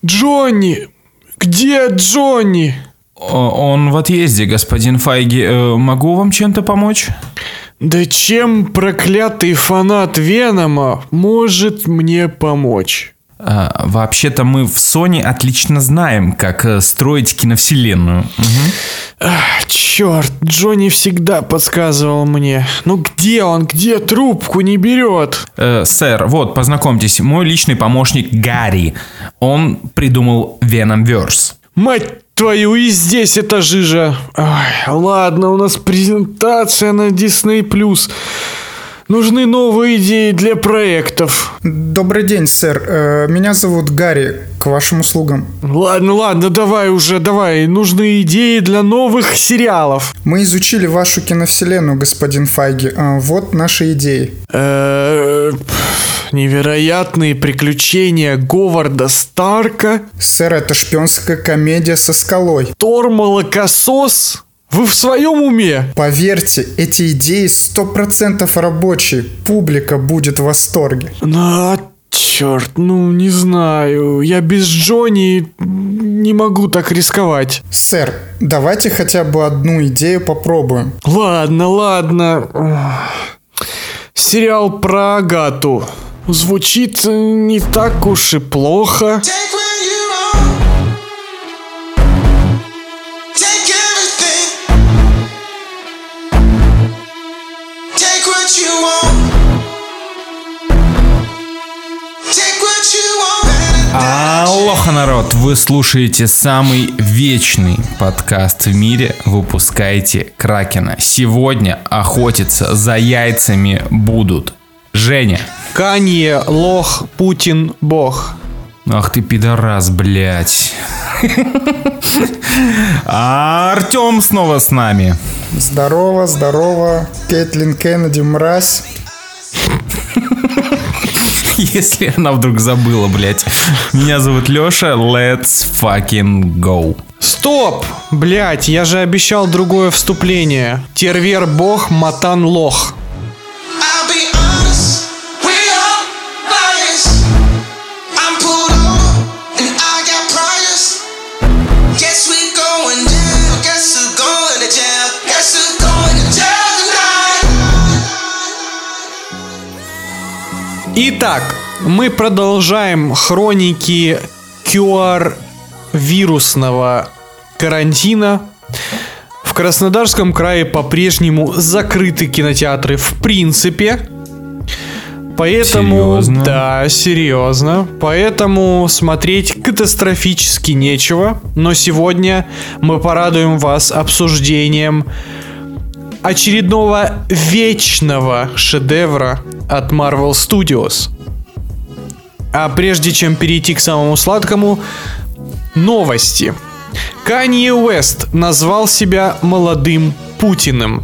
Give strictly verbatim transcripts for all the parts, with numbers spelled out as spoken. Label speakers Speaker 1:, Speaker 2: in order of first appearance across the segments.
Speaker 1: Джонни! Где Джонни?
Speaker 2: Он в отъезде, господин Файги. Могу вам чем-то помочь?
Speaker 1: Да чем проклятый фанат Венома может мне помочь?
Speaker 2: А, вообще-то мы в Sony отлично знаем, как строить киновселенную. Угу.
Speaker 1: Ах, черт, Джонни всегда подсказывал мне. Ну где он, где трубку не берет?
Speaker 2: Э, сэр, вот, познакомьтесь, мой личный помощник Гарри. Он придумал Venomverse.
Speaker 1: Мать твою, и здесь эта жижа. Ой, ладно, у нас презентация на Disney плюс. Нужны новые идеи для проектов.
Speaker 3: Добрый день, сэр. Меня зовут Гарри. К вашим услугам.
Speaker 1: Ладно, ладно, давай уже, давай. Нужны идеи для новых сериалов.
Speaker 3: Мы изучили вашу киновселенную, господин Файги. Вот наши идеи.
Speaker 1: Невероятные приключения Говарда Старка.
Speaker 3: Сэр, это шпионская комедия со скалой.
Speaker 1: Тор Молокосос? Вы в своем уме?
Speaker 3: Поверьте, эти идеи сто процентов рабочие. Публика будет в восторге.
Speaker 1: Ну, черт, ну не знаю. Я без Джонни не могу так рисковать.
Speaker 3: Сэр, давайте хотя бы одну идею попробуем.
Speaker 1: Ладно, ладно. Сериал про Агату. Звучит не так уж и плохо.
Speaker 2: Алоха, народ! Вы слушаете самый вечный подкаст в мире «Выпускайте Кракена». Сегодня охотиться за яйцами будут Женя.
Speaker 1: Канье, лох, Путин, бог.
Speaker 2: Ах ты пидорас, блять. А Артем снова с нами.
Speaker 3: Здорово, здорово. Кэтлин Кеннеди, мразь.
Speaker 2: Если она вдруг забыла, блять. Меня зовут Леша, let's fucking go.
Speaker 1: Стоп! Блять, я же обещал другое вступление. Тервер бог, матан лох. Итак, мы продолжаем хроники ку ар-вирусного карантина. В Краснодарском крае по-прежнему закрыты кинотеатры в принципе. Поэтому, серьезно? Да, серьезно. Поэтому смотреть катастрофически нечего. Но сегодня мы порадуем вас обсуждением очередного вечного шедевра от Marvel Studios. А прежде чем перейти к самому сладкому, новости. Канье Уэст назвал себя молодым Путиным.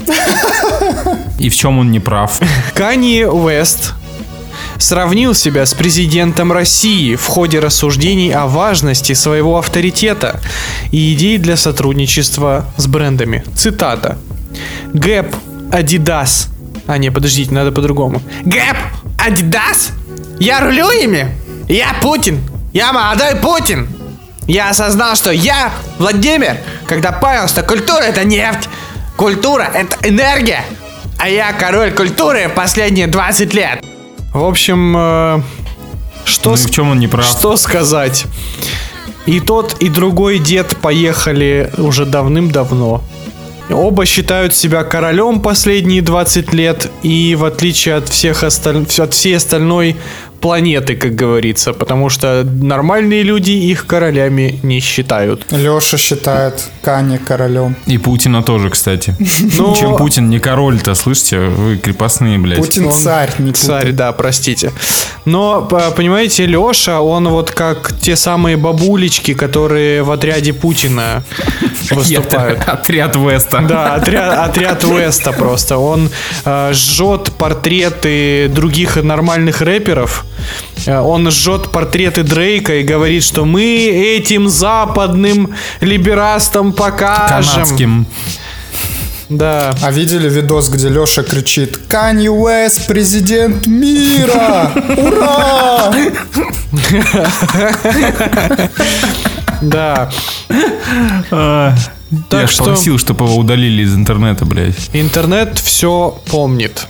Speaker 2: И в чем он не прав?
Speaker 1: Канье Уэст сравнил себя с президентом России в ходе рассуждений о важности своего авторитета и идей для сотрудничества с брендами. Цитата. Гэп, Adidas. А, не, подождите, надо по-другому. Гэп, Adidas? Я рулю ими? Я Путин. Я молодой Путин. Я осознал, что я Владимир, когда понял, что культура — это нефть. Культура — это энергия. А я король культуры последние двадцать лет. В общем, э, что,
Speaker 2: ну, в чем он не прав?
Speaker 1: Что сказать? И тот, и другой дед поехали уже давным-давно. Оба считают себя королем последние двадцать лет. И в отличие от всех осталь... от всей остальной планеты, как говорится. Потому что нормальные люди их королями не считают.
Speaker 3: Леша считает Канье королем.
Speaker 2: И Путина тоже, кстати.
Speaker 1: Но...
Speaker 2: Чем Путин не король-то, слышите? Вы крепостные, блядь.
Speaker 3: Путин он царь, не
Speaker 1: царь,
Speaker 3: Путин.
Speaker 1: Да, простите. Но, понимаете, Леша, он вот как те самые бабулечки, которые в отряде Путина выступают.
Speaker 2: Отряд Уэста.
Speaker 1: Да, отряд, отряд Уэста просто. Он э, жжет портреты других нормальных рэперов. Он жжет портреты Дрейка и говорит, что мы этим западным либерастам покажем.
Speaker 2: Канадским.
Speaker 1: Да.
Speaker 3: А видели видос, где Леша кричит: Канье Уэст, президент мира! Ура!
Speaker 1: Да.
Speaker 2: Я ж просил, чтобы его удалили из интернета, блядь.
Speaker 1: Интернет все помнит.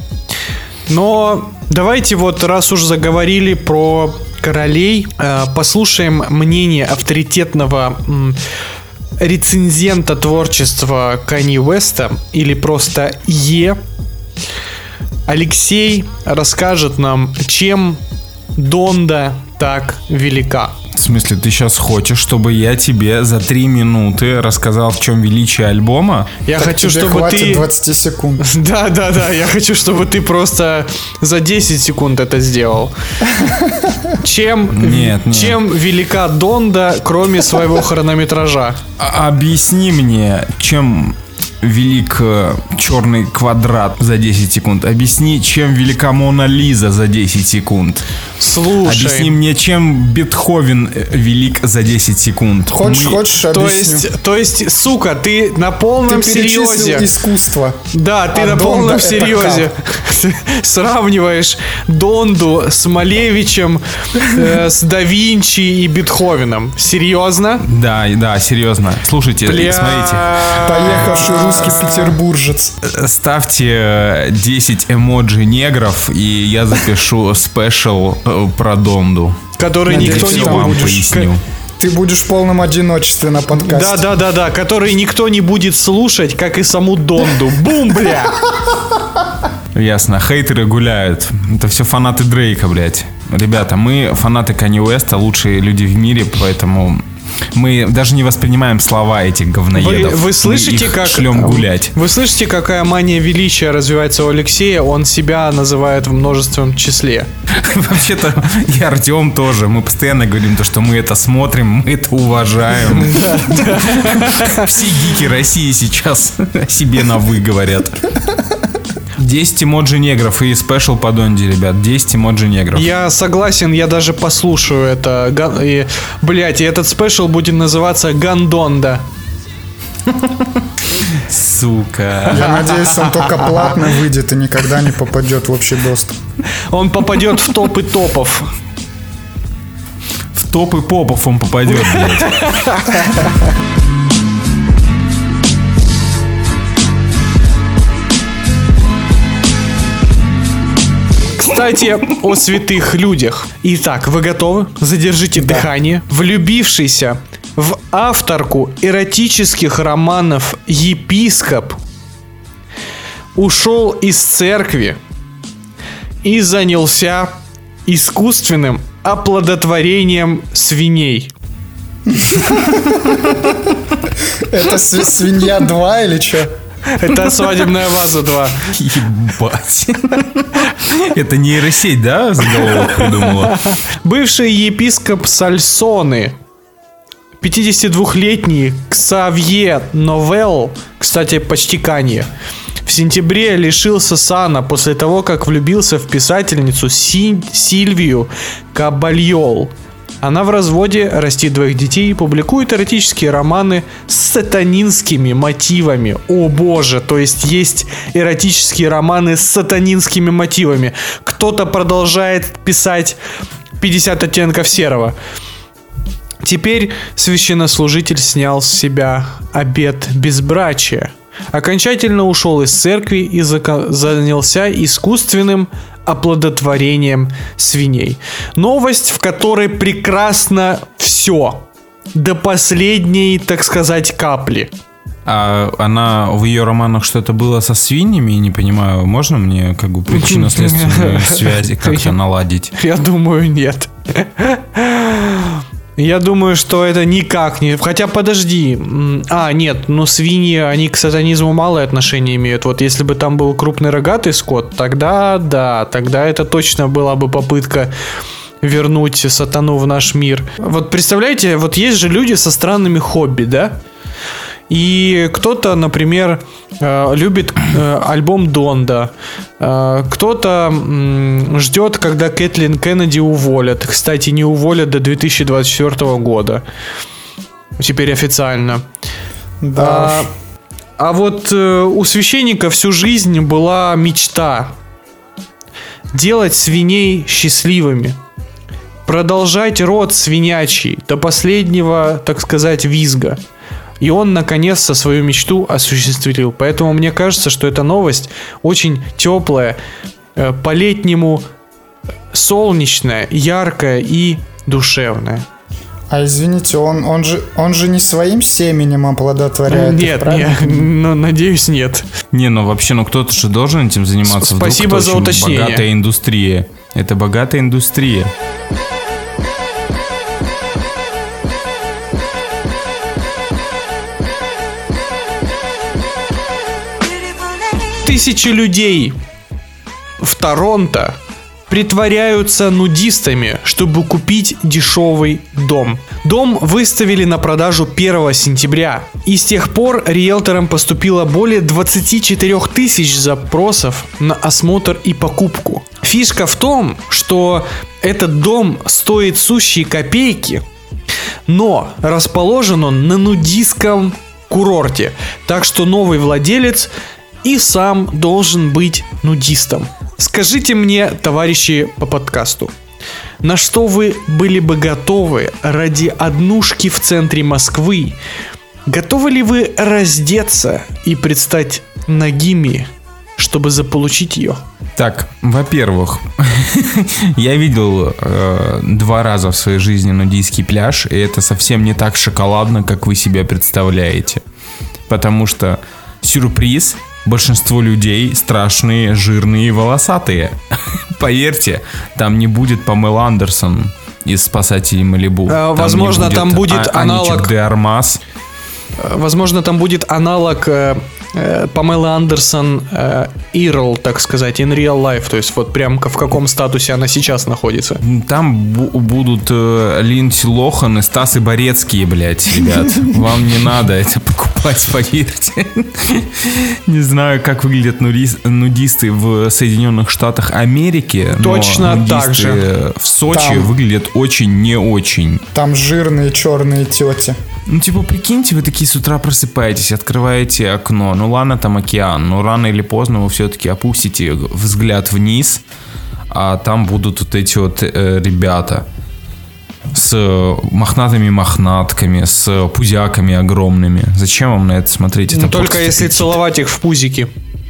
Speaker 1: Но давайте вот, раз уж заговорили про королей, послушаем мнение авторитетного рецензента творчества Канье Уэста, или просто Е. Алексей расскажет нам, чем Донда так велика.
Speaker 2: В смысле, ты сейчас хочешь, чтобы я тебе за три минуты рассказал, в чем величие альбома?
Speaker 1: Я
Speaker 3: Так
Speaker 1: хочу,
Speaker 3: тебе
Speaker 1: чтобы
Speaker 3: хватит
Speaker 1: ты...
Speaker 3: двадцать секунд.
Speaker 1: Да, да, да, я хочу, чтобы ты просто за десять секунд это сделал. Чем,
Speaker 2: Нет, нет.
Speaker 1: чем велика Донда, кроме своего хронометража?
Speaker 2: А- Объясни мне, чем велик э, черный квадрат за десять секунд. Объясни, чем велика Мона Лиза за десять секунд.
Speaker 1: Слушай.
Speaker 2: Объясни мне, чем Бетховен э, велик за десять секунд.
Speaker 3: Хочешь,
Speaker 2: Мы-
Speaker 3: хочешь,
Speaker 1: То
Speaker 3: объясню.
Speaker 1: есть, то есть, сука, ты на полном
Speaker 3: Ты перечислил
Speaker 1: серьезе.
Speaker 3: искусство.
Speaker 1: Да, ты
Speaker 3: А
Speaker 1: на
Speaker 3: Донда
Speaker 1: полном
Speaker 3: это
Speaker 1: серьезе сравниваешь Донду с Малевичем, э, с да Винчи и Бетховеном. Серьезно?
Speaker 2: Да, да, серьезно. Слушайте,
Speaker 1: Бля.
Speaker 2: смотрите.
Speaker 3: Поехавший русский петербуржец.
Speaker 2: Ставьте э, десять эмоджи негров, и я запишу спешл э, про Донду.
Speaker 1: Который
Speaker 3: Надеюсь,
Speaker 1: никто
Speaker 3: ты
Speaker 1: не
Speaker 2: Все
Speaker 3: там
Speaker 2: вам
Speaker 1: будет.
Speaker 2: поясню.
Speaker 3: Ты будешь в полном одиночестве на подкасте.
Speaker 1: Да, да, да, да, который никто не будет слушать, как и саму Донду. Бум, бля!
Speaker 2: Ясно, хейтеры гуляют. Это все фанаты Дрейка, блядь. Ребята, мы фанаты Канье Уэста, лучшие люди в мире, поэтому мы даже не воспринимаем слова этих
Speaker 1: Вы,
Speaker 2: говноедов.
Speaker 1: вы слышите,
Speaker 2: мы их
Speaker 1: как
Speaker 2: шлем гулять.
Speaker 1: Вы слышите, какая мания величия развивается у Алексея? Он себя называет в множественном числе.
Speaker 2: Вообще-то и Артем тоже. Мы постоянно говорим то, что мы это смотрим, мы это уважаем. Все гики России сейчас о себе на «вы» говорят. десять эмоджи негров и спешл по Донде, ребят. десять эмоджи негров.
Speaker 1: Я согласен, я даже послушаю это. Ган- И, блять, и этот спешл будет называться Гандонда.
Speaker 2: Сука.
Speaker 3: Я надеюсь, он только платно выйдет и никогда не попадет в общий доступ.
Speaker 1: Он попадет в топы топов.
Speaker 2: В топы попов он попадет, блядь.
Speaker 1: Кстати, о святых людях. Итак, вы готовы? Задержите дыхание. Влюбившийся в авторку эротических романов епископ ушел из церкви и занялся искусственным оплодотворением свиней.
Speaker 3: Это с- свинья два или что?
Speaker 1: Это свадебная ваза два.
Speaker 2: Ебать. Это нейросеть, да, заголовок придумала?
Speaker 1: Бывший епископ Сальсоны, пятидесятидвухлетний Ксавье Новелл, кстати, почти Канье, в сентябре лишился сана после того, как влюбился в писательницу Си- Сильвию Кабальол. Она в разводе, растит двоих детей и публикует эротические романы с сатанинскими мотивами. О боже, то есть есть эротические романы с сатанинскими мотивами. Кто-то продолжает писать пятьдесят оттенков серого. Теперь священнослужитель снял с себя обет безбрачия. Окончательно ушел из церкви и зака- занялся искусственным оплодотворением свиней. Новость, в которой прекрасно все. До последней, так сказать, капли.
Speaker 2: А она в ее романах что-то было со свиньями? Не понимаю, можно мне как бы причинно-следственную связи как-то наладить?
Speaker 1: Я думаю, нет. Я думаю, что это никак не... Хотя, подожди. М, А, нет, ну свиньи, они к сатанизму малое отношение имеют. Вот если бы там был крупный рогатый скот, тогда да, тогда это точно была бы попытка вернуть сатану в наш мир. Вот представляете, вот есть же люди со странными хобби, да? И кто-то, например, э, любит э, альбом Донда. Э, Кто-то м, ждет, когда Кэтлин Кеннеди уволят. Кстати, не уволят до две тысячи двадцать четвёртого года. Теперь официально.
Speaker 3: Да.
Speaker 1: А, А вот э, у священника всю жизнь была мечта делать свиней счастливыми, продолжать род свинячий до последнего, так сказать, визга. И он, наконец-то, свою мечту осуществил. Поэтому мне кажется, что эта новость очень теплая, э, по-летнему солнечная, яркая и душевная.
Speaker 3: А извините, он, он, же, он же не своим семенем оплодотворяет их,
Speaker 1: Нет,
Speaker 3: правильно?
Speaker 1: нет, ну, надеюсь, нет.
Speaker 2: Не, ну вообще, ну кто-то же должен этим заниматься. Вдруг
Speaker 1: Спасибо
Speaker 2: это
Speaker 1: за
Speaker 2: очень
Speaker 1: уточнение.
Speaker 2: Богатая индустрия. Это богатая индустрия.
Speaker 1: Тысячи людей в Торонто притворяются нудистами, чтобы купить дешевый дом. Дом выставили на продажу первого сентября. И с тех пор риэлторам поступило более двадцать четыре тысяч запросов на осмотр и покупку. Фишка в том, что этот дом стоит сущие копейки, но расположен он на нудистском курорте. Так что новый владелец и сам должен быть нудистом. Скажите мне, товарищи по подкасту, на что вы были бы готовы ради однушки в центре Москвы? Готовы ли вы раздеться и предстать нагими, чтобы заполучить ее?
Speaker 2: Так, во-первых, я видел э, два раза в своей жизни нудистский пляж, и это совсем не так шоколадно, как вы себе представляете. Потому что сюрприз: большинство людей страшные, жирные и волосатые. Поверьте, там не будет Памелы Андерсон из «Спасателей Малибу».
Speaker 1: А, возможно,
Speaker 2: будет
Speaker 1: там будет
Speaker 2: а-
Speaker 1: аналог...
Speaker 2: Аничек де Армас.
Speaker 1: Возможно, там будет аналог э, э, Памелы Андерсон э, Ирл, так сказать, in real life. То есть вот прям в каком статусе она сейчас находится.
Speaker 2: Там бу- будут э, Линдси Лохан и Стас Борецкие, блядь, ребят. Вам не надо это покупать, поверьте. Не знаю, как выглядят нудис- нудисты в Соединенных Штатах Америки.
Speaker 1: Точно
Speaker 2: но
Speaker 1: так же.
Speaker 2: нудисты в Сочи
Speaker 3: Там.
Speaker 2: выглядят очень не очень.
Speaker 3: Там жирные черные тети.
Speaker 2: Ну, типа, прикиньте, вы такие с утра просыпаетесь, открываете окно. Ну, ладно, там океан, но рано или поздно вы все-таки опустите взгляд вниз, а там будут вот эти вот э, ребята с мохнатыми мохнатками, с пузяками огромными. Зачем вам на это смотреть? Это
Speaker 1: Ну, только
Speaker 2: просто
Speaker 1: если
Speaker 2: аппетит.
Speaker 1: целовать их в пузики.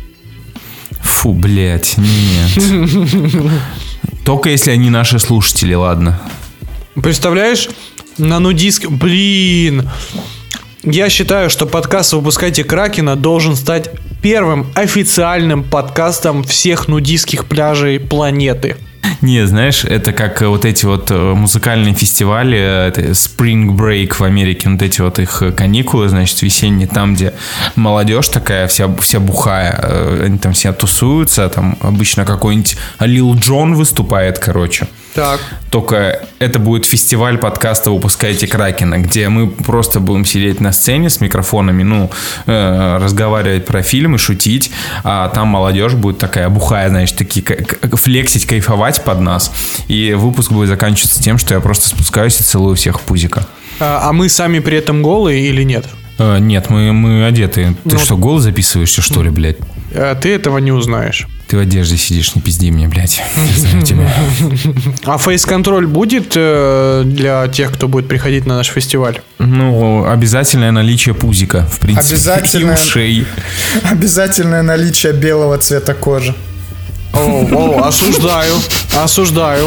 Speaker 2: Фу, блядь, нет. Только если они наши слушатели, ладно.
Speaker 1: Представляешь, на нудистск... Блин. Я считаю, что подкаст «Выпускайте Кракена» должен стать первым официальным подкастом всех нудистских пляжей планеты.
Speaker 2: Не, знаешь, это как вот эти вот музыкальные фестивали, это Spring Break в Америке, вот эти вот их каникулы, значит, весенние, там, где молодежь такая вся, вся бухая, они там все тусуются, там обычно какой-нибудь Лил Джон выступает, короче.
Speaker 1: Так.
Speaker 2: Только это будет фестиваль подкаста «Выпускайте Кракена», где мы просто будем сидеть на сцене с микрофонами, ну, э, разговаривать про фильмы, шутить, а там молодежь будет такая бухая, значит, такие к- флексить, кайфовать под нас. И выпуск будет заканчиваться тем, что я просто спускаюсь и целую всех в пузико.
Speaker 1: А, а мы сами при этом голые или нет?
Speaker 2: Э, нет, мы, мы одеты. Ты
Speaker 1: Ну,
Speaker 2: что, голый записываешься, что ли, блядь?
Speaker 1: А ты этого не узнаешь.
Speaker 2: Ты в одежде сидишь, не пизди мне, блядь. Я знаю тебя.
Speaker 1: А фейс-контроль будет э, для тех, кто будет приходить на наш фестиваль?
Speaker 2: Ну, обязательное наличие пузика, в принципе.
Speaker 3: Обязательное.
Speaker 2: И ушей.
Speaker 3: Обязательное наличие белого цвета кожи.
Speaker 1: О, о, осуждаю, осуждаю.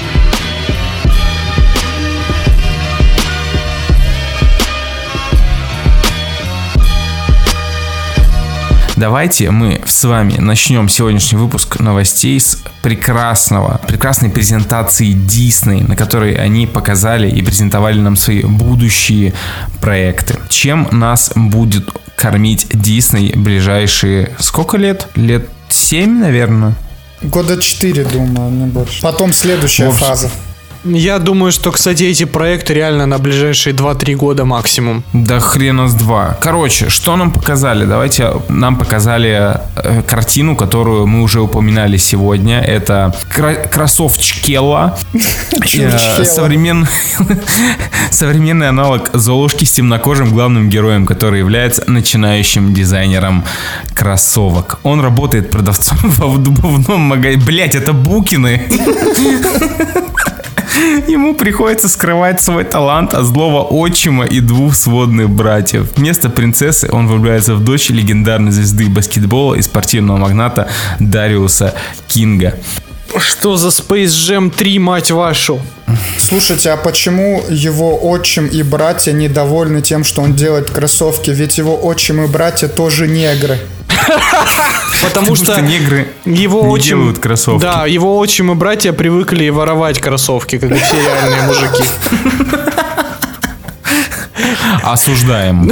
Speaker 2: Давайте мы с вами начнем сегодняшний выпуск новостей с прекрасного, прекрасной презентации Disney, на которой они показали и презентовали нам свои будущие проекты. Чем нас будет кормить Disney ближайшие сколько лет? Лет семь, наверное.
Speaker 3: Года четыре, думаю, не больше. Потом следующая
Speaker 2: В общем,
Speaker 3: фаза.
Speaker 1: Я думаю, что, кстати, эти проекты реально на ближайшие два-три года максимум.
Speaker 2: Да хрена с два. Короче, что нам показали? Давайте, нам показали э, картину, которую мы уже упоминали сегодня. Это кра- кроссовчкела. Э, современ... Современный аналог Золушки с темнокожим главным героем, который является начинающим дизайнером кроссовок. Он работает продавцом в обувном магазине. Блять, это Букины. Ему приходится скрывать свой талант от злого отчима и двух сводных братьев. Вместо принцессы он влюбляется в дочь легендарной звезды баскетбола и спортивного магната Дариуса Кинга.
Speaker 1: Что за Space Jam три, мать вашу?
Speaker 3: Слушайте, а почему его отчим и братья недовольны тем, что он делает кроссовки? Ведь его отчим и братья тоже негры.
Speaker 1: Потому, Потому что, что
Speaker 2: негры
Speaker 1: его
Speaker 2: не
Speaker 1: отчим,
Speaker 2: делают кроссовки.
Speaker 1: Да, его отчим и братья привыкли воровать кроссовки, как и все реальные мужики.
Speaker 2: Осуждаем.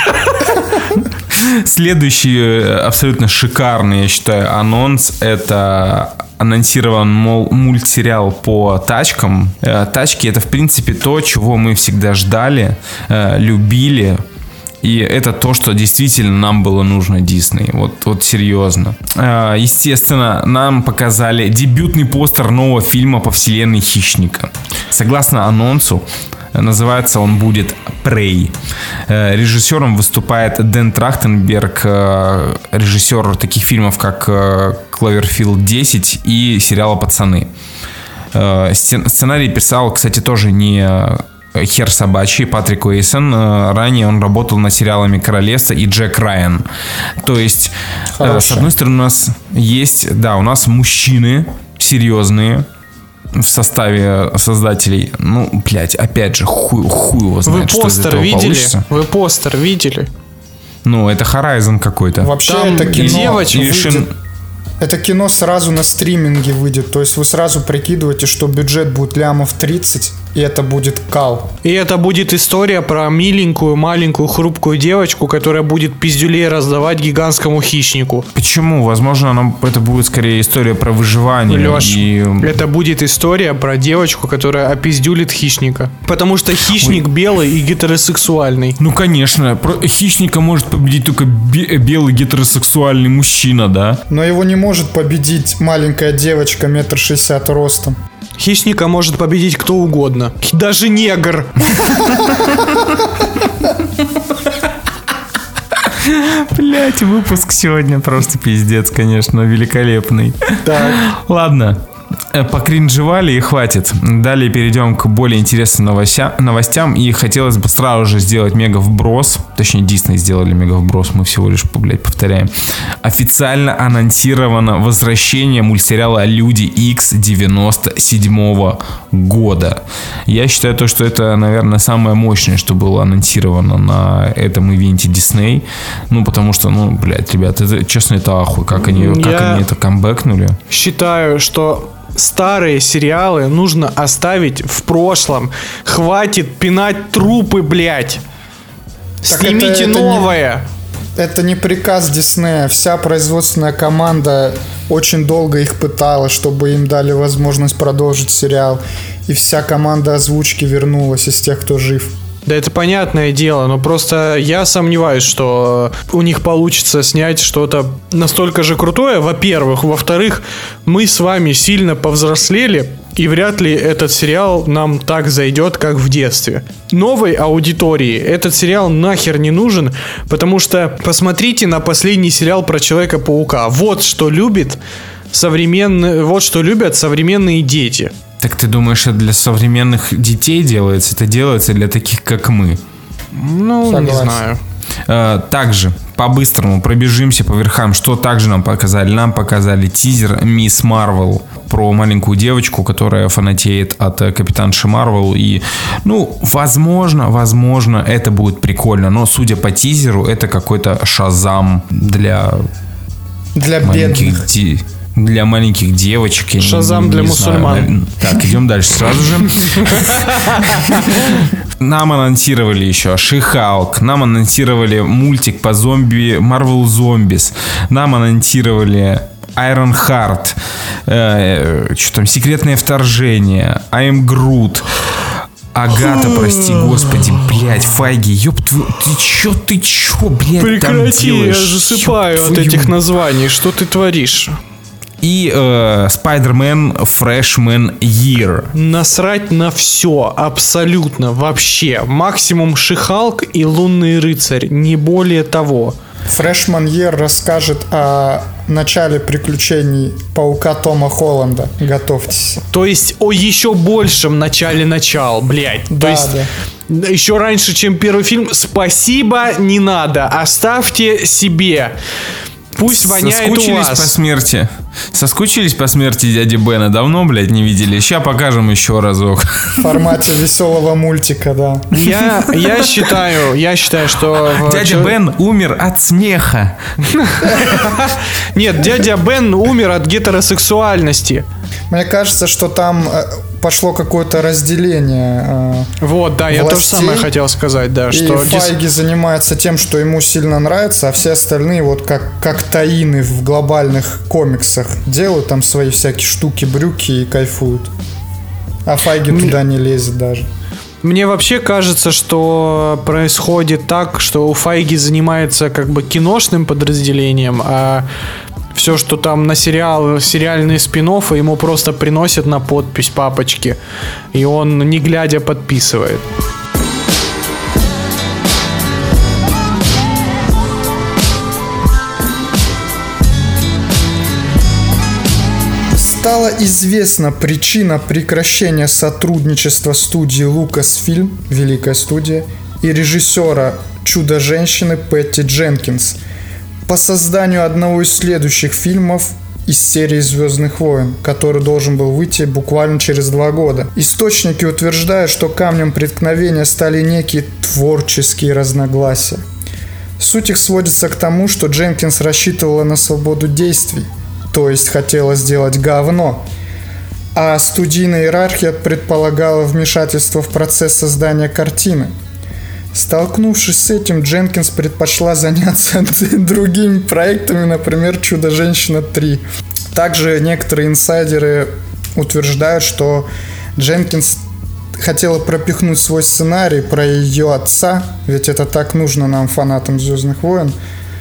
Speaker 2: Следующий абсолютно шикарный, я считаю, анонс — это анонсирован мол, мультсериал по тачкам. Тачки — это, в принципе, то, чего мы всегда ждали, любили. И это то, что действительно нам было нужно Дисней. Вот, вот серьезно. Естественно, нам показали дебютный постер нового фильма по вселенной Хищника. Согласно анонсу, называется он будет «Prey». Режиссером выступает Дэн Трахтенберг, режиссер таких фильмов, как «Кловерфилд десять» и сериала «Пацаны». Сценарий писал, кстати, тоже не хер собачий, Патрик Уэйсон. Ранее он работал над сериалами «Королевство» и «Джек Райан». То есть, Хорошо. С одной стороны, у нас есть, да, у нас мужчины серьезные в составе создателей. Ну, блядь, опять же, хуй, хуй его знает, что из этого
Speaker 1: видели?
Speaker 2: получится.
Speaker 1: Вы постер видели?
Speaker 2: Ну, это Horizon какой-то.
Speaker 3: Вообще,
Speaker 1: там
Speaker 3: это кино
Speaker 1: девочка
Speaker 3: выйдет...
Speaker 2: Шин...
Speaker 3: Это кино сразу на стриминге выйдет. То есть вы сразу прикидываете, что бюджет будет лямов тридцать, и это будет кал.
Speaker 1: И это будет история про миленькую, маленькую, хрупкую девочку, которая будет пиздюлей раздавать гигантскому хищнику.
Speaker 2: Почему? Возможно, она, это будет скорее история про выживание.
Speaker 1: Леш,
Speaker 2: и...
Speaker 1: это будет история про девочку, которая опиздюлит хищника. Потому что хищник Ой. белый и гетеросексуальный.
Speaker 2: Ну, конечно. Про... Хищника может победить только бе- белый гетеросексуальный мужчина, да?
Speaker 3: Но его не может победить маленькая девочка метр шестьдесят ростом.
Speaker 1: Хищника может победить кто угодно. Даже негр.
Speaker 2: Блять, выпуск сегодня просто пиздец, конечно, великолепный.
Speaker 1: Так.
Speaker 2: Ладно. Покринжевали и хватит. Далее перейдем к более интересным новостям, новостям. И хотелось бы сразу же сделать мега вброс. Точнее, Дисней сделали мега вброс. Мы всего лишь, блядь, повторяем. Официально анонсировано возвращение мультсериала Люди Икс девяносто седьмого года. Я считаю то, что это, наверное, самое мощное, что было анонсировано на этом ивенте Дисней. Ну, потому что, ну, блядь, ребят, это, честно, это ахуй. Как они, как
Speaker 1: Я
Speaker 2: они это камбэкнули.
Speaker 1: Считаю, что старые сериалы нужно оставить в прошлом. Хватит пинать трупы, блядь. Так Снимите это, это новое.
Speaker 3: Не, это не приказ Диснея. Вся производственная команда очень долго их пытала, чтобы им дали возможность продолжить сериал. И вся команда озвучки вернулась из тех, кто жив.
Speaker 1: Да это понятное дело, но просто я сомневаюсь, что у них получится снять что-то настолько же крутое, во-первых. Во-вторых, мы с вами сильно повзрослели, и вряд ли этот сериал нам так зайдет, как в детстве. Новой аудитории этот сериал нахер не нужен, потому что посмотрите на последний сериал про Человека-паука. Вот что любит современные, вот что любят современные дети.
Speaker 2: Так ты думаешь, это для современных детей делается? Это делается для таких, как мы?
Speaker 1: Ну, Согласен. Не знаю.
Speaker 2: А, также, по-быстрому пробежимся по верхам. Что также нам показали? Нам показали тизер «Мисс Марвел» про маленькую девочку, которая фанатеет от Капитанши Марвел. И, ну, возможно, возможно, это будет прикольно. Но, судя по тизеру, это какой-то Шазам для...
Speaker 3: Для бедных.
Speaker 2: Ди... Для маленьких девочек.
Speaker 1: Шазам
Speaker 2: не,
Speaker 1: для
Speaker 2: не
Speaker 1: мусульман.
Speaker 2: Знаю. Так, идем дальше сразу же. Нам анонсировали еще Ши-Халк. Нам анонсировали мультик по зомби Marvel Zombies. Нам анонсировали Ironheart, э, что там, Секретное вторжение, I Am Groot, Агата, прости господи, блядь, Файги, ёб твою, ты чё, ты чё, блядь,
Speaker 1: Прекрати,
Speaker 2: там делаешь?
Speaker 1: я засыпаю
Speaker 2: Ёб
Speaker 1: от
Speaker 2: твою.
Speaker 1: этих названий, что ты творишь?
Speaker 2: И э, Spider-Man Freshman Year.
Speaker 1: Насрать на все, абсолютно, вообще. Максимум Ши-Халк и Лунный рыцарь, не более того.
Speaker 3: Freshman Year расскажет о начале приключений Паука Тома Холланда. Готовьтесь.
Speaker 1: То есть о еще большем начале начал, блядь.
Speaker 3: Да,
Speaker 1: То есть
Speaker 3: да.
Speaker 1: еще раньше, чем первый фильм. Спасибо, не надо, оставьте себе. Пусть воняет у
Speaker 2: Соскучились
Speaker 1: вас.
Speaker 2: по смерти? Соскучились по смерти дяди Бена? Давно, блядь, не видели? Сейчас покажем еще разок.
Speaker 3: В формате веселого мультика, да.
Speaker 1: Я, я считаю, я считаю, что... в
Speaker 2: Дядя
Speaker 1: чел-
Speaker 2: Бен умер от смеха.
Speaker 1: Нет, дядя Бен умер от гетеросексуальности.
Speaker 3: Мне кажется, что там э, пошло какое-то разделение. э,
Speaker 1: Вот, да, я то же
Speaker 3: Властей.
Speaker 1: самое хотел сказать, да,
Speaker 3: И
Speaker 1: что... дис-
Speaker 3: Файги занимается тем, что ему сильно нравится, а все остальные вот как, как таины в глобальных комиксах делают там свои всякие штуки, брюки и кайфуют. А Файги туда не лезет даже.
Speaker 1: Мне вообще кажется, что происходит так, что у Файги занимается как бы киношным подразделением, а все, что там на сериал, сериальные спин-оффы, ему просто приносят на подпись папочки, и он, не глядя, подписывает.
Speaker 3: Стала известна причина прекращения сотрудничества студии Lucasfilm, великая студия, и режиссера «Чудо-женщины» Пэтти Дженкинс по созданию одного из следующих фильмов из серии «Звездных войн», который должен был выйти буквально через два года. Источники утверждают, что камнем преткновения стали некие творческие разногласия. Суть их сводится к тому, что Дженкинс рассчитывала на свободу действий, то есть хотела сделать говно, а студийная иерархия предполагала вмешательство в процесс создания картины. Столкнувшись с этим, Дженкинс предпочла заняться другими проектами, например, «Чудо-женщина три». Также некоторые инсайдеры утверждают, что Дженкинс хотела пропихнуть свой сценарий про ее отца, ведь это так нужно нам, фанатам «Звездных войн»,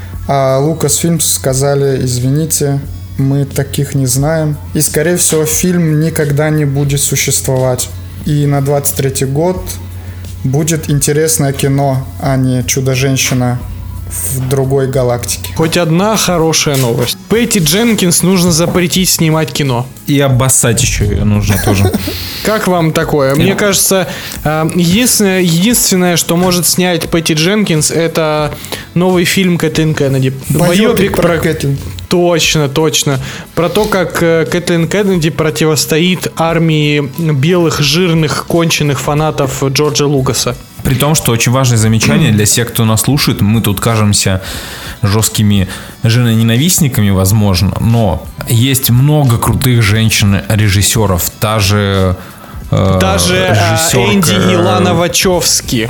Speaker 3: а Lucasfilm сказали: извините, мы таких не знаем. И, скорее всего, фильм никогда не будет существовать. И на двадцать третий год будет интересное кино, а не «Чудо-женщина» в другой галактике.
Speaker 1: Хоть одна хорошая новость. Пэтти Дженкинс нужно запретить снимать кино.
Speaker 2: И обоссать еще ее нужно тоже.
Speaker 1: Как вам такое? Мне кажется, э, единственное, единственное, что может снять Пэтти Дженкинс, это новый фильм Кэтлин Кеннеди.
Speaker 3: Байопик про Кэтлин.
Speaker 1: Точно, точно. Про то, как э, Кэтлин Кеннеди противостоит армии белых, жирных, конченых фанатов Джорджа Лукаса.
Speaker 2: При том, что очень важное замечание для всех, кто нас слушает, мы тут кажемся жесткими женоненавистниками, возможно, но есть много крутых женщин-режиссеров. Та же э,
Speaker 1: Даже э,
Speaker 2: режиссерка-
Speaker 1: Энди и Лана Вачовски.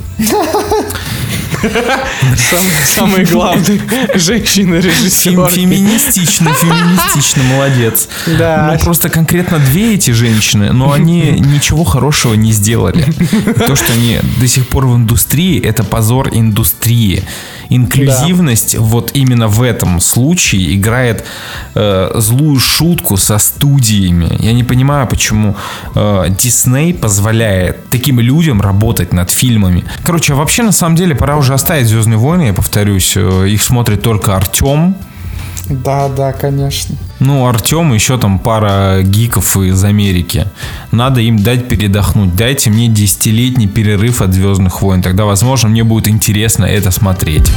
Speaker 1: Сам- Самый главный
Speaker 2: Фем-
Speaker 1: женщина-режиссер.
Speaker 2: Феминистично, феминистично, молодец.
Speaker 1: Да.
Speaker 2: Ну, просто конкретно две эти женщины, но они ничего хорошего не сделали. То, что они до сих пор в индустрии, это позор индустрии. Инклюзивность вот именно в этом случае играет э, злую шутку со студиями. Я не понимаю, почему э, Disney позволяет таким людям работать над фильмами. Короче, а вообще на самом деле пора уже оставить «Звездные войны», я повторюсь. Э, их смотрит только Артем.
Speaker 3: Да, да, конечно.
Speaker 2: Ну, Артем и еще там пара гиков из Америки. Надо им дать передохнуть. Дайте мне десятилетний перерыв от «Звездных войн». Тогда, возможно, мне будет интересно это смотреть.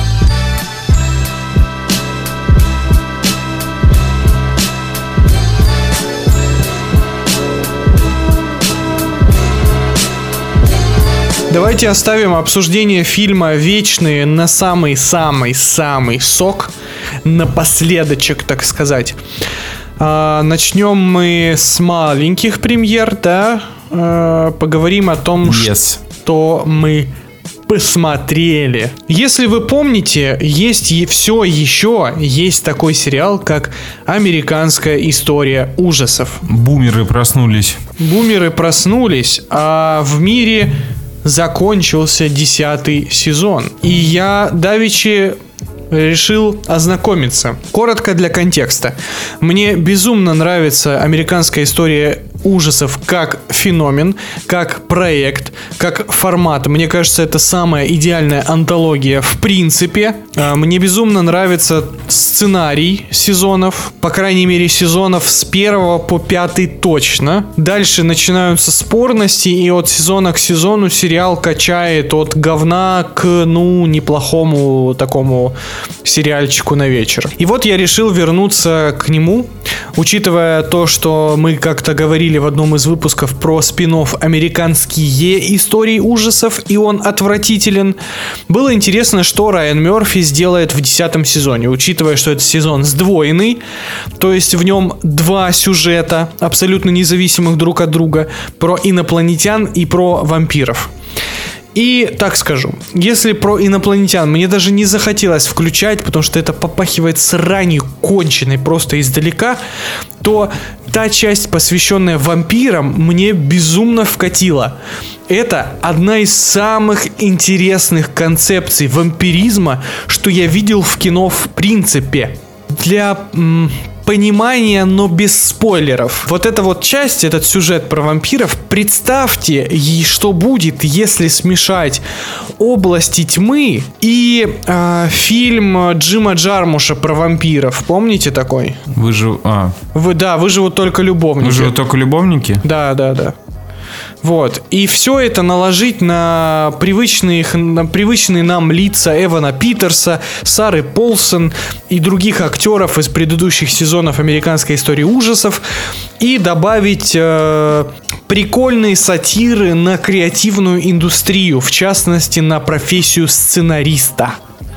Speaker 1: Давайте оставим обсуждение фильма «Вечные» на самый-самый-самый сок, напоследочек, так сказать. А, начнем мы с маленьких премьер, да? А, поговорим о том,
Speaker 2: Yes.
Speaker 1: что мы посмотрели. Если вы помните, есть и все еще есть такой сериал, как «Американская история ужасов».
Speaker 2: Бумеры проснулись.
Speaker 1: Бумеры проснулись, а в мире закончился десятый сезон. И я давеча решил ознакомиться. Коротко для контекста. Мне безумно нравится «Американская история ужасов» как феномен, как проект, как формат. Мне кажется, это самая идеальная антология в принципе. Мне безумно нравится сценарий сезонов. По крайней мере, сезонов с первого по пятый точно. Дальше начинаются спорности, и от сезона к сезону сериал качает от говна к, ну, неплохому такому сериальчику на вечер. И вот я решил вернуться к нему, учитывая то, что мы как-то говорили в одном из выпусков про спин-офф «Американские истории ужасов», и он отвратителен. Было интересно, что Райан Мерфи сделает в десятом сезоне, учитывая, что это сезон сдвоенный, то есть в нем два сюжета, абсолютно независимых друг от друга, про инопланетян и про вампиров. И так скажу, если про инопланетян мне даже не захотелось включать, потому что это попахивает сранью конченой просто издалека, то та часть, посвященная вампирам, мне безумно вкатила. Это одна из самых интересных концепций вампиризма, что я видел в кино в принципе. Для м- понимания, но без спойлеров. Вот эта вот часть, этот сюжет про вампиров, представьте, что будет, если смешать «Области тьмы» и э, фильм Джима Джармуша про вампиров. Помните такой?
Speaker 2: Выжив... А.
Speaker 1: Вы, да, «Выживут только любовники».
Speaker 2: «Выживут только любовники»?
Speaker 1: Да, да, да. Вот. И все это наложить на привычные, на привычные нам лица Эвана Питерса, Сары Полсон и других актеров из предыдущих сезонов «Американской истории ужасов» и добавить э, прикольные сатиры на креативную индустрию, в частности на профессию сценариста.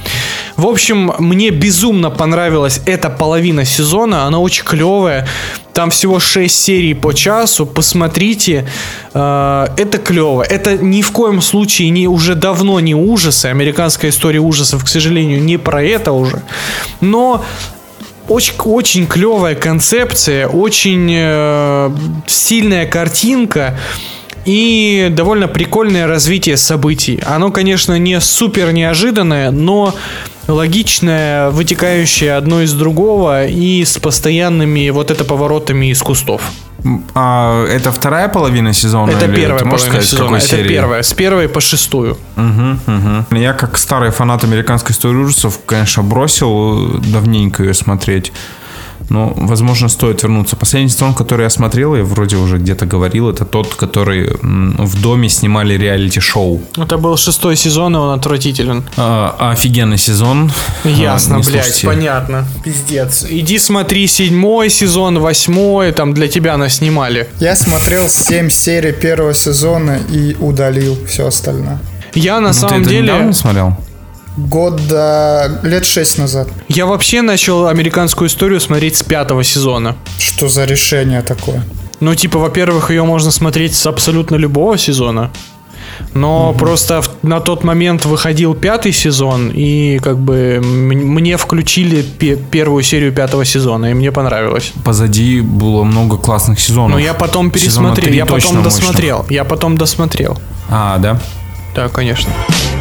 Speaker 1: В общем, мне безумно понравилась эта половина сезона, она очень клевая. Там всего шесть серий по часу, посмотрите, э, это клево. Это ни в коем случае не, уже давно не ужасы, «Американская история ужасов», к сожалению, не про это уже. Но очень, очень клевая концепция, очень э, сильная картинка и довольно прикольное развитие событий. Оно, конечно, не супер неожиданное, но логичное, вытекающее одно из другого и с постоянными вот это поворотами из кустов.
Speaker 2: А это вторая половина сезона?
Speaker 1: Это
Speaker 2: или
Speaker 1: первая
Speaker 2: ты можешь
Speaker 1: половина
Speaker 2: сказать,
Speaker 1: сезона. Это
Speaker 2: серии?
Speaker 1: первая, с первой по шестую.
Speaker 2: Угу, угу. Я как старый фанат «Американской истории ужасов», конечно, бросил давненько ее смотреть. Но, возможно, стоит вернуться. Последний сезон, который я смотрел, я вроде уже где-то говорил, это тот, который в доме снимали реалити-шоу.
Speaker 1: Это был шестой сезон, и он отвратителен.
Speaker 2: А, офигенный сезон.
Speaker 1: Ясно,
Speaker 2: а,
Speaker 1: блядь,
Speaker 2: слушайте.
Speaker 1: понятно. Пиздец. Иди смотри седьмой сезон, восьмой, там для тебя наснимали.
Speaker 3: Я смотрел семь серий первого сезона и удалил все остальное.
Speaker 1: Я на
Speaker 2: Ну,
Speaker 1: самом
Speaker 2: ты это
Speaker 1: деле...
Speaker 2: недавно смотрел?
Speaker 3: Года лет шесть назад.
Speaker 1: Я вообще начал «Американскую историю» смотреть с пятого сезона.
Speaker 3: Что за решение такое?
Speaker 1: Ну, типа, во-первых, ее можно смотреть с абсолютно любого сезона. Но mm-hmm. просто в, на тот момент выходил пятый сезон, и как бы м- мне включили пе- первую серию пятого сезона, и мне понравилось.
Speaker 2: Позади было много классных сезонов.
Speaker 1: Но я потом пересмотрел, я потом досмотрел. Мощных. Я потом досмотрел.
Speaker 2: А, да?
Speaker 1: Да, конечно.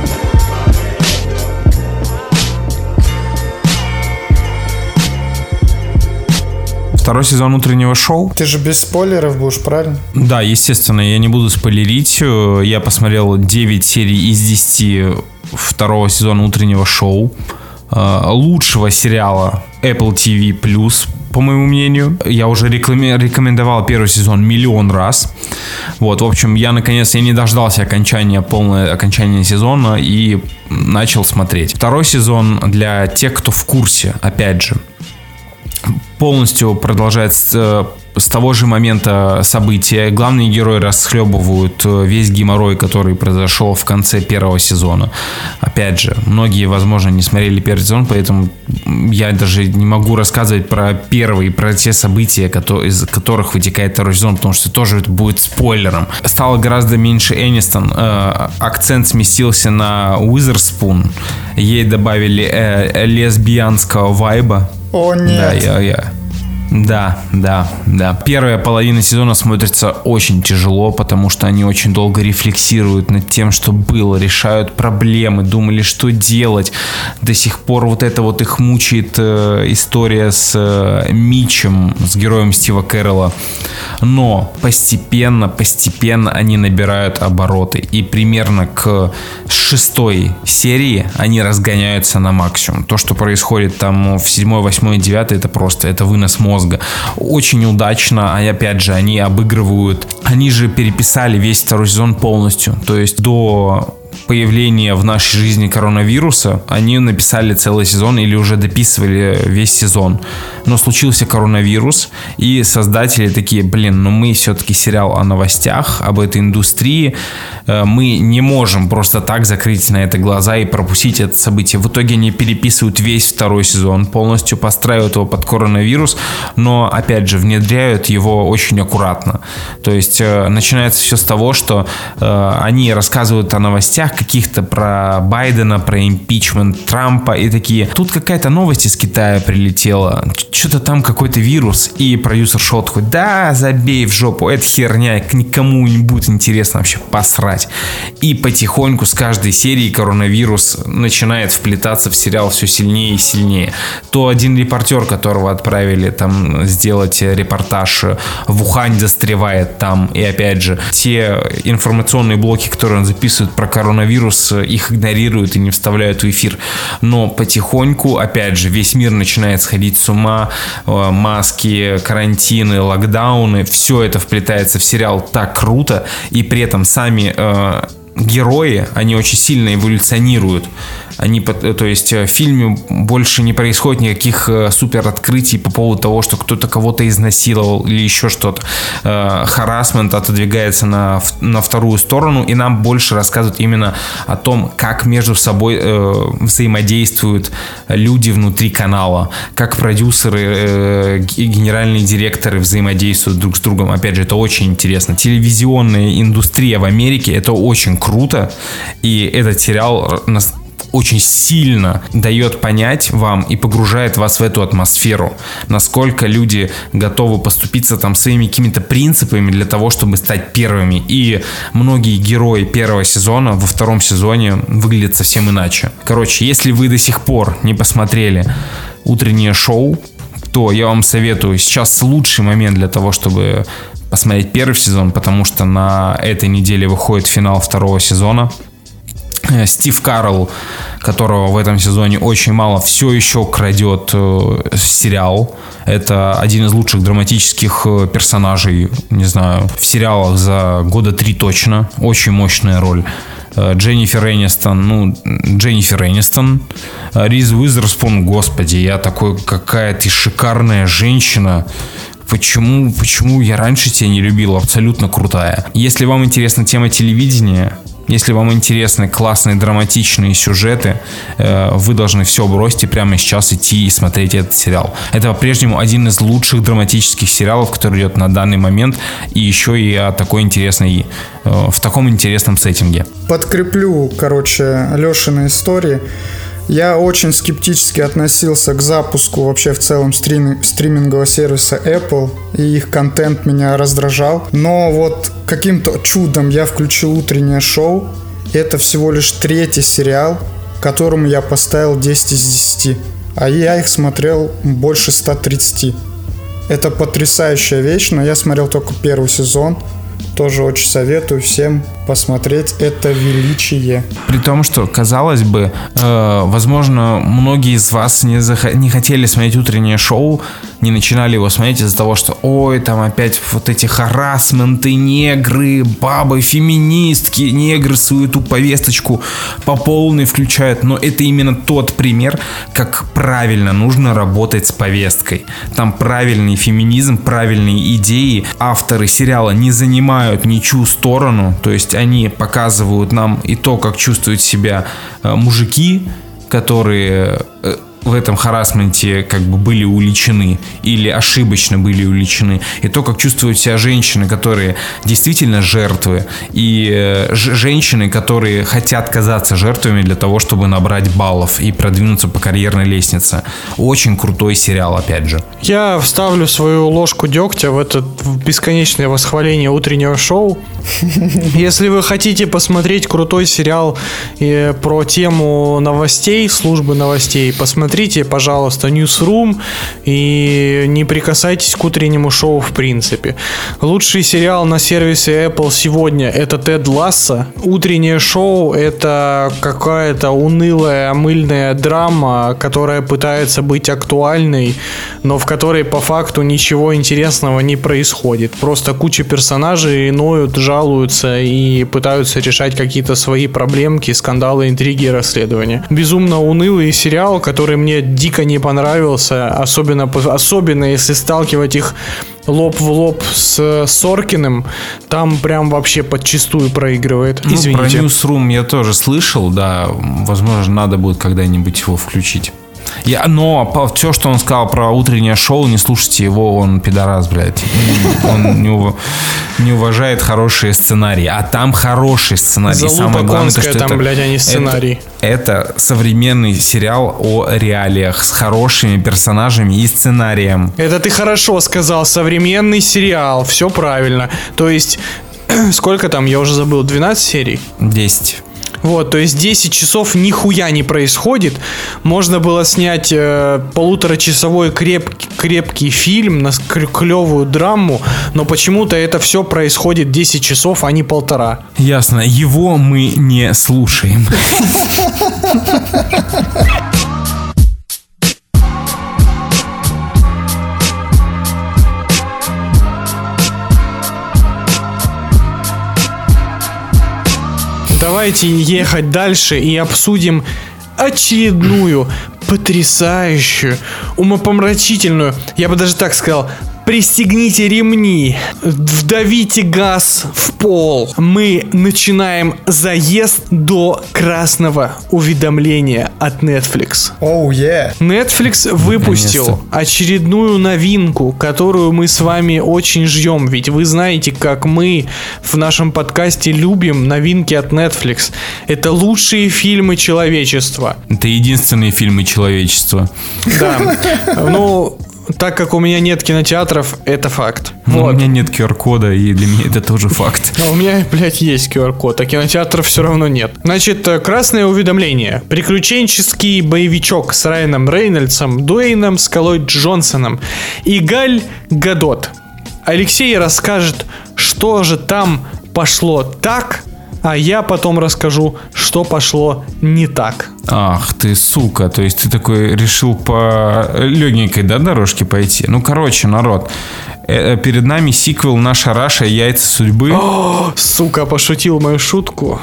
Speaker 2: Второй сезон «Утреннего шоу».
Speaker 3: Ты же без спойлеров будешь, правильно?
Speaker 2: Да, естественно, я не буду спойлерить. Я посмотрел девять серий из десяти второго сезона «Утреннего шоу». Лучшего сериала Apple ти ви плюс, по моему мнению. Я уже реклами- рекомендовал первый сезон миллион раз. Вот, в общем, я наконец, я не дождался окончания, полного окончания сезона и начал смотреть. Второй сезон для тех, кто в курсе, опять же. Полностью продолжает с того же момента события. Главные герои расхлебывают весь геморрой, который произошел в конце первого сезона. Опять же, многие, возможно, не смотрели первый сезон, поэтому я даже не могу рассказывать про первый, про те события, из которых вытекает второй сезон, потому что тоже это будет спойлером. Стало гораздо меньше Энистон. Акцент сместился на Уизерспун. Ей добавили лесбиянского вайба.
Speaker 3: О, нет.
Speaker 2: Да, я... я... Да, да, да. Первая половина сезона смотрится очень тяжело, потому что они очень долго рефлексируют над тем, что было, решают проблемы, думали, что делать. До сих пор вот это вот их мучает э, история с э, Митчем, с героем Стива Кэрролла. Но постепенно, постепенно они набирают обороты. И примерно к шестой серии они разгоняются на максимум. То, что происходит там в седьмой, восьмой, девятой, это просто, это вынос мозга. Очень удачно, а опять же, они обыгрывают, они же переписали весь второй сезон полностью, то есть до появления в нашей жизни коронавируса они написали целый сезон или уже дописывали весь сезон, но случился коронавирус, и создатели такие, блин, ну мы все-таки сериал о новостях, об этой индустрии, мы не можем просто так закрыть на это глаза и пропустить это событие. В итоге они переписывают весь второй сезон, полностью подстраивают его под коронавирус, но опять же внедряют его очень аккуратно. То есть начинается все с того, что они рассказывают о новостях каких-то про Байдена, про импичмент Трампа и такие, тут какая-то новость из Китая прилетела, что-то там какой-то вирус, и продюсер шел такой, да, забей в жопу, это херня, никому не будет интересно вообще, посрать. И потихоньку с каждой серии коронавирус начинает вплетаться в сериал все сильнее и сильнее. То один репортер, которого отправили там сделать репортаж в Ухань, застревает там, и опять же, те информационные блоки, которые он записывает про коронавирус, их игнорируют и не вставляют в эфир. Но потихоньку, опять же, весь мир начинает сходить с ума, маски, карантины, локдауны, все это вплетается в сериал так круто, и при этом сами э, герои, они очень сильно эволюционируют. Они, то есть в фильме больше не происходит никаких супер открытий по поводу того, что кто-то кого-то изнасиловал или еще что-то. Харассмент отодвигается на, на вторую сторону, и нам больше рассказывают именно о том, как между собой э, взаимодействуют люди внутри канала, как продюсеры э, и генеральные директоры взаимодействуют друг с другом. Опять же, это очень интересно. Телевизионная индустрия в Америке — это очень круто, и этот сериал нас очень сильно дает понять вам и погружает вас в эту атмосферу, насколько люди готовы поступиться там своими какими-то принципами для того, чтобы стать первыми. И многие герои первого сезона во втором сезоне выглядят совсем иначе. Короче, если вы до сих пор не посмотрели утреннее шоу, то я вам советую, сейчас лучший момент для того, чтобы посмотреть первый сезон, потому что на этой неделе выходит финал второго сезона. Стив Карелл, которого в этом сезоне очень мало, все еще крадет э, сериал. Это один из лучших драматических персонажей, не знаю, в сериалах за года три точно. Очень мощная роль. Дженнифер Энистон, ну, Дженнифер Энистон. Риз Уизерспун, господи, я такой, какая ты шикарная женщина. Почему, почему я раньше тебя не любил? Абсолютно крутая. Если вам интересна тема телевидения, если вам интересны классные драматичные сюжеты, вы должны все бросить и прямо сейчас идти и смотреть этот сериал. Это по-прежнему один из лучших драматических сериалов, который идет на данный момент, и еще и о такой интересной, в таком интересном сеттинге.
Speaker 3: Подкреплю, короче, Лешины истории. Я очень скептически относился к запуску вообще в целом стрим, стримингового сервиса Apple, и их контент меня раздражал. Но вот каким-то чудом я включил утреннее шоу, и это всего лишь третий сериал, которому я поставил десять из десяти. А я их смотрел больше ста тридцати. Это потрясающая вещь, но я смотрел только первый сезон. Тоже очень советую всем посмотреть это величие.
Speaker 2: При том, что, казалось бы, э, возможно, многие из вас не, зах- не хотели смотреть утреннее шоу, не начинали его смотреть из-за того, что ой, там опять вот эти харассменты, негры, бабы, феминистки, негры свою эту повесточку по полной включают. Но это именно тот пример, как правильно нужно работать с повесткой. Там правильный феминизм, правильные идеи. Авторы сериала не занимают ничью сторону, то есть они показывают нам и то, как чувствуют себя э, мужики, которые э, в этом харассменте как бы были уличены или ошибочно были уличены, и то, как чувствуют себя женщины, которые действительно жертвы, и э, ж- женщины, которые хотят казаться жертвами для того, чтобы набрать баллов и продвинуться по карьерной лестнице. Очень крутой сериал, опять же.
Speaker 1: Я вставлю свою ложку дегтя в это бесконечное восхваление утреннего шоу. Если вы хотите посмотреть крутой сериал э, про тему новостей, службы новостей, посмотрите, пожалуйста, Newsroom и не прикасайтесь к утреннему шоу в принципе. Лучший сериал на сервисе Apple сегодня — это Тед Лассо. Утреннее шоу — это какая-то унылая, мыльная драма, которая пытается быть актуальной, но в которой по факту ничего интересного не происходит. Просто куча персонажей ноют, жалуются и пытаются решать какие-то свои проблемки, скандалы, интриги и расследования. Безумно унылый сериал, который мне дико не понравился, особенно, особенно если сталкивать их лоб в лоб с Соркиным, там прям вообще подчистую проигрывает.
Speaker 2: Ну,
Speaker 1: Извините.
Speaker 2: про Newsroom я тоже слышал, да, возможно, надо будет когда-нибудь его включить. Я, но по, все, что он сказал про утреннее шоу, не слушайте его, он пидорас, блядь. Он не, ув, не уважает хорошие сценарии. А там хороший сценарий.
Speaker 1: Залупа
Speaker 2: самое главное, то, что
Speaker 1: там,
Speaker 2: это,
Speaker 1: блядь, а не сценарий.
Speaker 2: Это, это современный сериал о реалиях с хорошими персонажами и сценарием.
Speaker 1: Это ты хорошо сказал, современный сериал, все правильно. То есть, сколько там, я уже забыл, двенадцать серий?
Speaker 2: десять.
Speaker 1: Вот, то есть десять часов нихуя не происходит. Можно было снять э, полуторачасовой креп, крепкий фильм на клевую драму, но почему-то это все происходит десять часов, а не полтора.
Speaker 2: Ясно, его мы не слушаем.
Speaker 1: Давайте ехать дальше и обсудим очередную потрясающую, умопомрачительную, я бы даже так сказал, пристегните ремни, вдавите газ в пол. Мы начинаем заезд до красного уведомления от Netflix.
Speaker 3: Оу, oh, yeah.
Speaker 1: Netflix выпустил
Speaker 2: Наконец-то.
Speaker 1: очередную новинку, которую мы с вами очень ждем. Ведь вы знаете, как мы в нашем подкасте любим новинки от Netflix. Это лучшие фильмы человечества.
Speaker 2: Это единственные фильмы человечества.
Speaker 1: Да. Ну, так как у меня нет кинотеатров, это факт.
Speaker 2: Но
Speaker 1: Вот.
Speaker 2: у меня нет ку ар-кода, и для меня это тоже факт.
Speaker 1: А у меня, блядь, есть ку ар-код, а кинотеатров все равно нет. Значит, красное уведомление. Приключенческий боевичок с Райаном Рейнольдсом, Дуэйном Скалой Джонсоном и Галь Гадот. Алексей расскажет, что же там пошло так, а я потом расскажу, что пошло не так.
Speaker 2: Ах ты, сука, то есть ты такой решил по легенькой, да, дорожке пойти? Ну, короче, народ, э, перед нами сиквел «Наша Раша. Яйца судьбы».
Speaker 1: О, сука, пошутил мою шутку.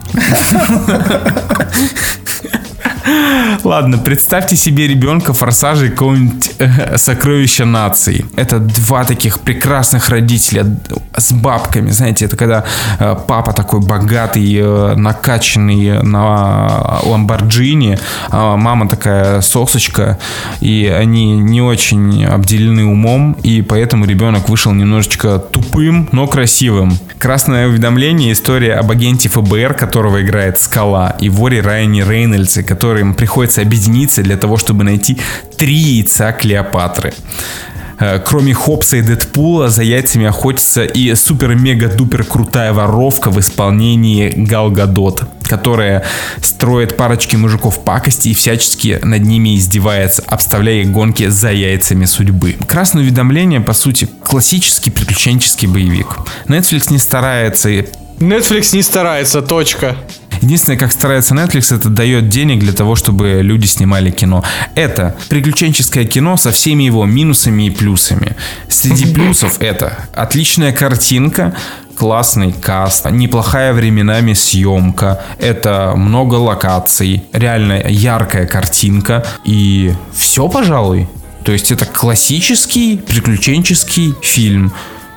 Speaker 2: Ладно, представьте себе ребенка Форсажа и какого-нибудь э, Сокровища нации. Это два таких прекрасных родителя с бабками. Знаете, это когда э, папа такой богатый, э, накачанный на Ламборджини, а мама такая сосочка, и они не очень обделены умом, и поэтому ребенок вышел немножечко тупым, но красивым. Красное уведомление — история об агенте эф бэ эр, которого играет Скала, и воре Райане Рейнольдсе, которым приходится объединиться для того, чтобы найти три яйца Клеопатры. Кроме Хопса и Дэдпула, за яйцами охотится и супер-мега-дупер крутая воровка в исполнении Гал Гадот, которая строит парочке мужиков пакости и всячески над ними издевается, обставляя их гонки за яйцами судьбы. Красное уведомление, по сути, классический приключенческий боевик. Netflix не старается
Speaker 1: Netflix не старается, точка.
Speaker 2: Единственное, как старается Netflix, это дает денег для того, чтобы люди снимали кино. Это приключенческое кино со всеми его минусами и плюсами. Среди плюсов это отличная картинка, классный каст, неплохая временами съемка, это много локаций, реально яркая картинка и все, пожалуй. То есть это классический приключенческий фильм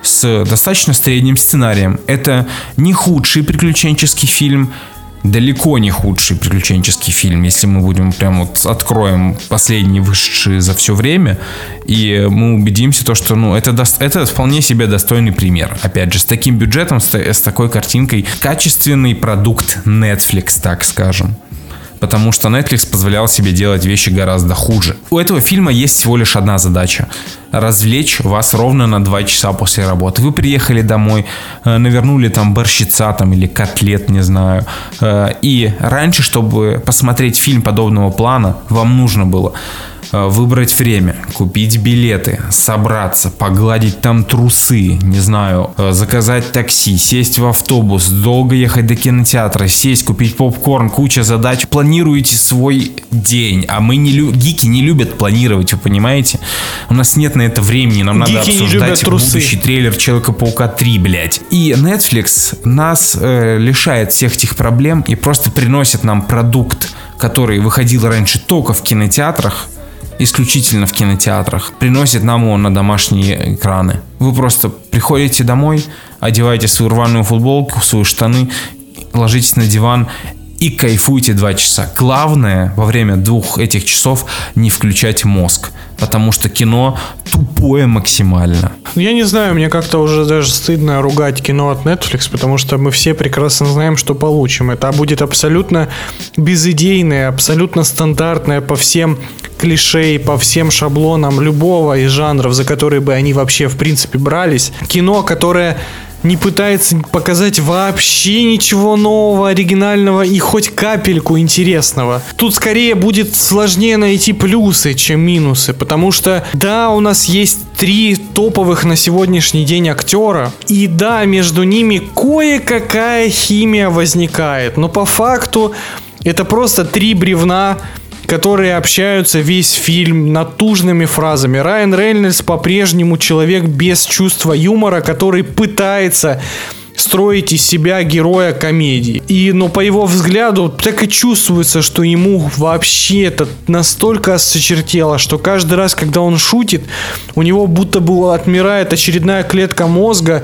Speaker 2: с достаточно средним сценарием. Это не худший приключенческий фильм, далеко не худший приключенческий фильм, если мы будем прям вот откроем последний вышедший за все время, и мы убедимся, то, что ну, это, до... это вполне себе достойный пример. Опять же, с таким бюджетом, с, с такой картинкой, качественный продукт Netflix, так скажем. Потому что Netflix позволял себе делать вещи гораздо хуже. У этого фильма есть всего лишь одна задача: развлечь вас ровно на два часа после работы. Вы приехали домой, навернули там борщица там, или котлет, не знаю. И раньше, чтобы посмотреть фильм подобного плана, вам нужно было выбрать время, купить билеты, собраться, погладить там трусы, не знаю, заказать такси, сесть в автобус, долго ехать до кинотеатра, сесть, купить попкорн, куча задач. Планируете свой день, а мы не лю... гики не любят планировать, вы понимаете? У нас нет на это времени, нам надо
Speaker 1: гики
Speaker 2: обсуждать будущий трейлер Человека-паука три, блять. И Netflix нас э, лишает всех этих проблем и просто приносит нам продукт, который выходил раньше только в кинотеатрах, исключительно в кинотеатрах, приносит нам его на домашние экраны. Вы просто приходите домой, одеваете свою рваную футболку, свои штаны, ложитесь на диван и кайфуйте два часа. Главное во время двух этих часов не включать мозг, потому что кино тупое максимально.
Speaker 1: Я не знаю, мне как-то уже даже стыдно ругать кино от Netflix, потому что мы все прекрасно знаем, что получим. Это будет абсолютно безидейное, абсолютно стандартное по всем клише, по всем шаблонам любого из жанров, за которые бы они вообще в принципе брались. Кино, которое не пытается показать вообще ничего нового, оригинального и хоть капельку интересного. Тут скорее будет сложнее найти плюсы, чем минусы, потому что да, у нас есть три топовых на сегодняшний день актера, и да, между ними кое-какая химия возникает, но по факту это просто три бревна, которые общаются весь фильм натужными фразами. Райан Рейнольдс по-прежнему человек без чувства юмора, который пытается строить из себя героя комедии. И, но по его взгляду так и чувствуется, что ему вообще это настолько осточертело, что каждый раз, когда он шутит, у него будто бы отмирает очередная клетка мозга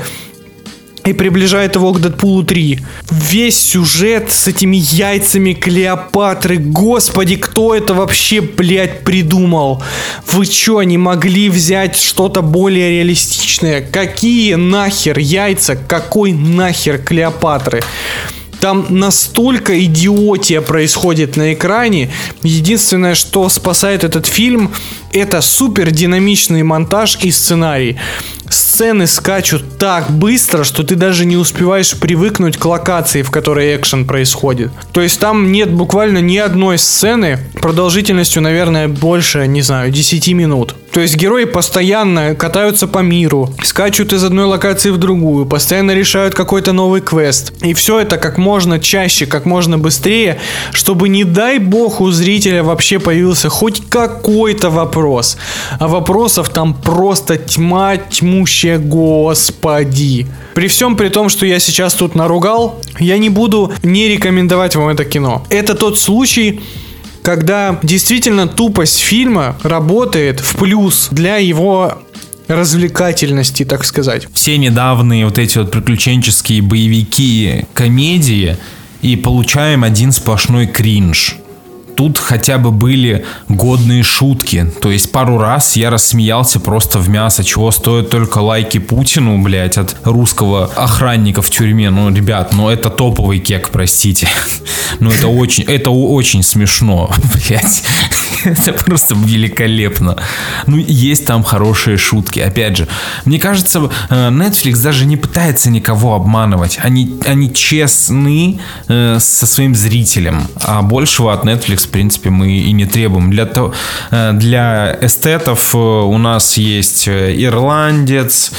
Speaker 1: и приближает его к Дэдпулу три. Весь сюжет с этими яйцами Клеопатры. Господи, кто это вообще, блядь, придумал? Вы чё, не могли взять что-то более реалистичное? Какие нахер яйца? Какой нахер Клеопатры? Там настолько идиотия происходит на экране. Единственное, что спасает этот фильм, это супер динамичный монтаж и сценарий. Сцены скачут так быстро, что ты даже не успеваешь привыкнуть к локации, в которой экшен происходит. То есть там нет буквально ни одной сцены продолжительностью, наверное, больше, не знаю, десять минут. То есть герои постоянно катаются по миру, скачут из одной локации в другую, постоянно решают какой-то новый квест. И все это как можно чаще, как можно быстрее, чтобы, не дай бог, у зрителя вообще появился хоть какой-то вопрос. А вопросов там просто тьма тьмущая, господи. При всем при том, что я сейчас тут наругал, я не буду не рекомендовать вам это кино. Это тот случай, когда действительно тупость фильма работает в плюс для его развлекательности, так сказать.
Speaker 2: Все недавние вот эти вот приключенческие боевики, комедии, и получаем один сплошной кринж. Тут хотя бы были годные шутки. То есть пару раз я рассмеялся просто в мясо. Чего стоят только лайки Путину, блять, от русского охранника в тюрьме. Ну, ребят, ну это топовый кек, простите. Ну это очень, это очень смешно, блять. Это просто великолепно. Ну, есть там хорошие шутки. Опять же, мне кажется, Netflix даже не пытается никого обманывать. Они, они честны э, со своим зрителем. А большего от Netflix, в принципе, мы и не требуем. Для, того, э, для эстетов у нас есть «Ирландец»,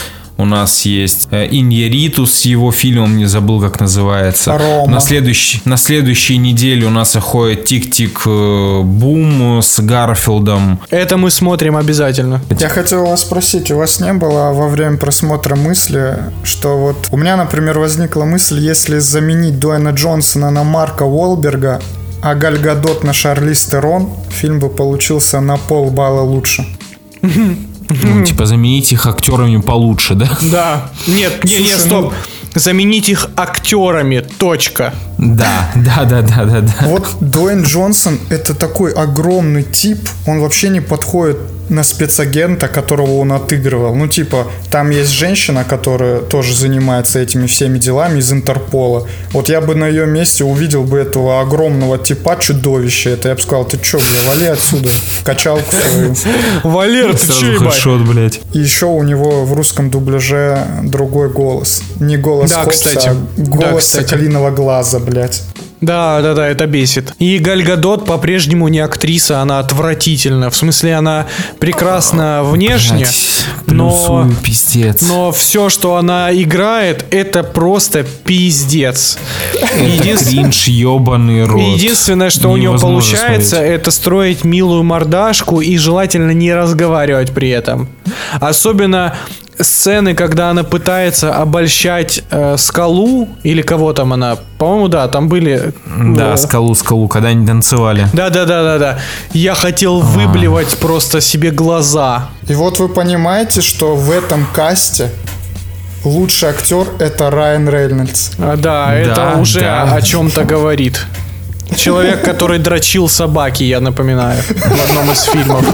Speaker 2: У нас есть э, Иньярриту с его фильмом, не забыл, как называется.
Speaker 3: Рома.
Speaker 2: На, следующий, на следующей неделе у нас выходит Тик-Тик-Бум с Гарфилдом.
Speaker 1: Это мы смотрим обязательно.
Speaker 3: Я хотел вас спросить, у вас не было во время просмотра мысли, что вот у меня, например, возникла мысль, если заменить Дуэйна Джонсона на Марка Уолберга, а Галь Гадот на Шарлиз Терон, фильм бы получился на полбалла лучше.
Speaker 2: Ну, типа заменить их актерами получше, да?
Speaker 1: Да. Нет, не, не,
Speaker 3: Слушай,
Speaker 1: стоп.
Speaker 3: ну-
Speaker 1: Заменить их актерами. Точка.
Speaker 2: Да, да, да, да, да, да.
Speaker 3: Вот Дуэйн Джонсон — это такой огромный тип, он вообще не подходит на спецагента, которого он отыгрывал. Ну, типа, там есть женщина, которая тоже занимается этими всеми делами из Интерпола. Вот я бы на ее месте увидел бы этого огромного типа, чудовища. Это я бы сказал, ты че, бля, вали отсюда, в качалку свою.
Speaker 1: Валер, ты че,
Speaker 2: Сразу
Speaker 1: ебать?
Speaker 2: хэдшот, блядь.
Speaker 3: И еще у него в русском дубляже другой голос. Не голос
Speaker 1: Да,
Speaker 3: Хопса,
Speaker 1: кстати.
Speaker 3: а
Speaker 1: Да,
Speaker 3: голос
Speaker 1: кстати.
Speaker 3: Соколиного глаза, блядь.
Speaker 1: Да, да, да, это бесит. И Галь Гадот по-прежнему не актриса, она отвратительна. В смысле, она прекрасна внешне,
Speaker 2: Блядь,
Speaker 1: но,
Speaker 2: плюсую, пиздец.
Speaker 1: но все, что она играет, это просто пиздец.
Speaker 2: Это кринж, ебаный рот.
Speaker 1: Единственное, что у нее
Speaker 2: Невозможно
Speaker 1: получается,
Speaker 2: смотреть.
Speaker 1: это строить милую мордашку и желательно не разговаривать при этом. Особенно сцены, когда она пытается обольщать э, скалу, или кого там она, по-моему, да, там были...
Speaker 2: Да,
Speaker 1: э,
Speaker 2: скалу, скалу, когда они танцевали.
Speaker 1: Да, да, да, да, да. Я хотел выблевать просто себе глаза.
Speaker 3: И вот вы понимаете, что в этом касте лучший актер — это Райан Рейнольдс.
Speaker 1: А, да, это уже
Speaker 2: да.
Speaker 1: о чем-то говорит. Человек, который дрочил собаки, я напоминаю, в одном из фильмов.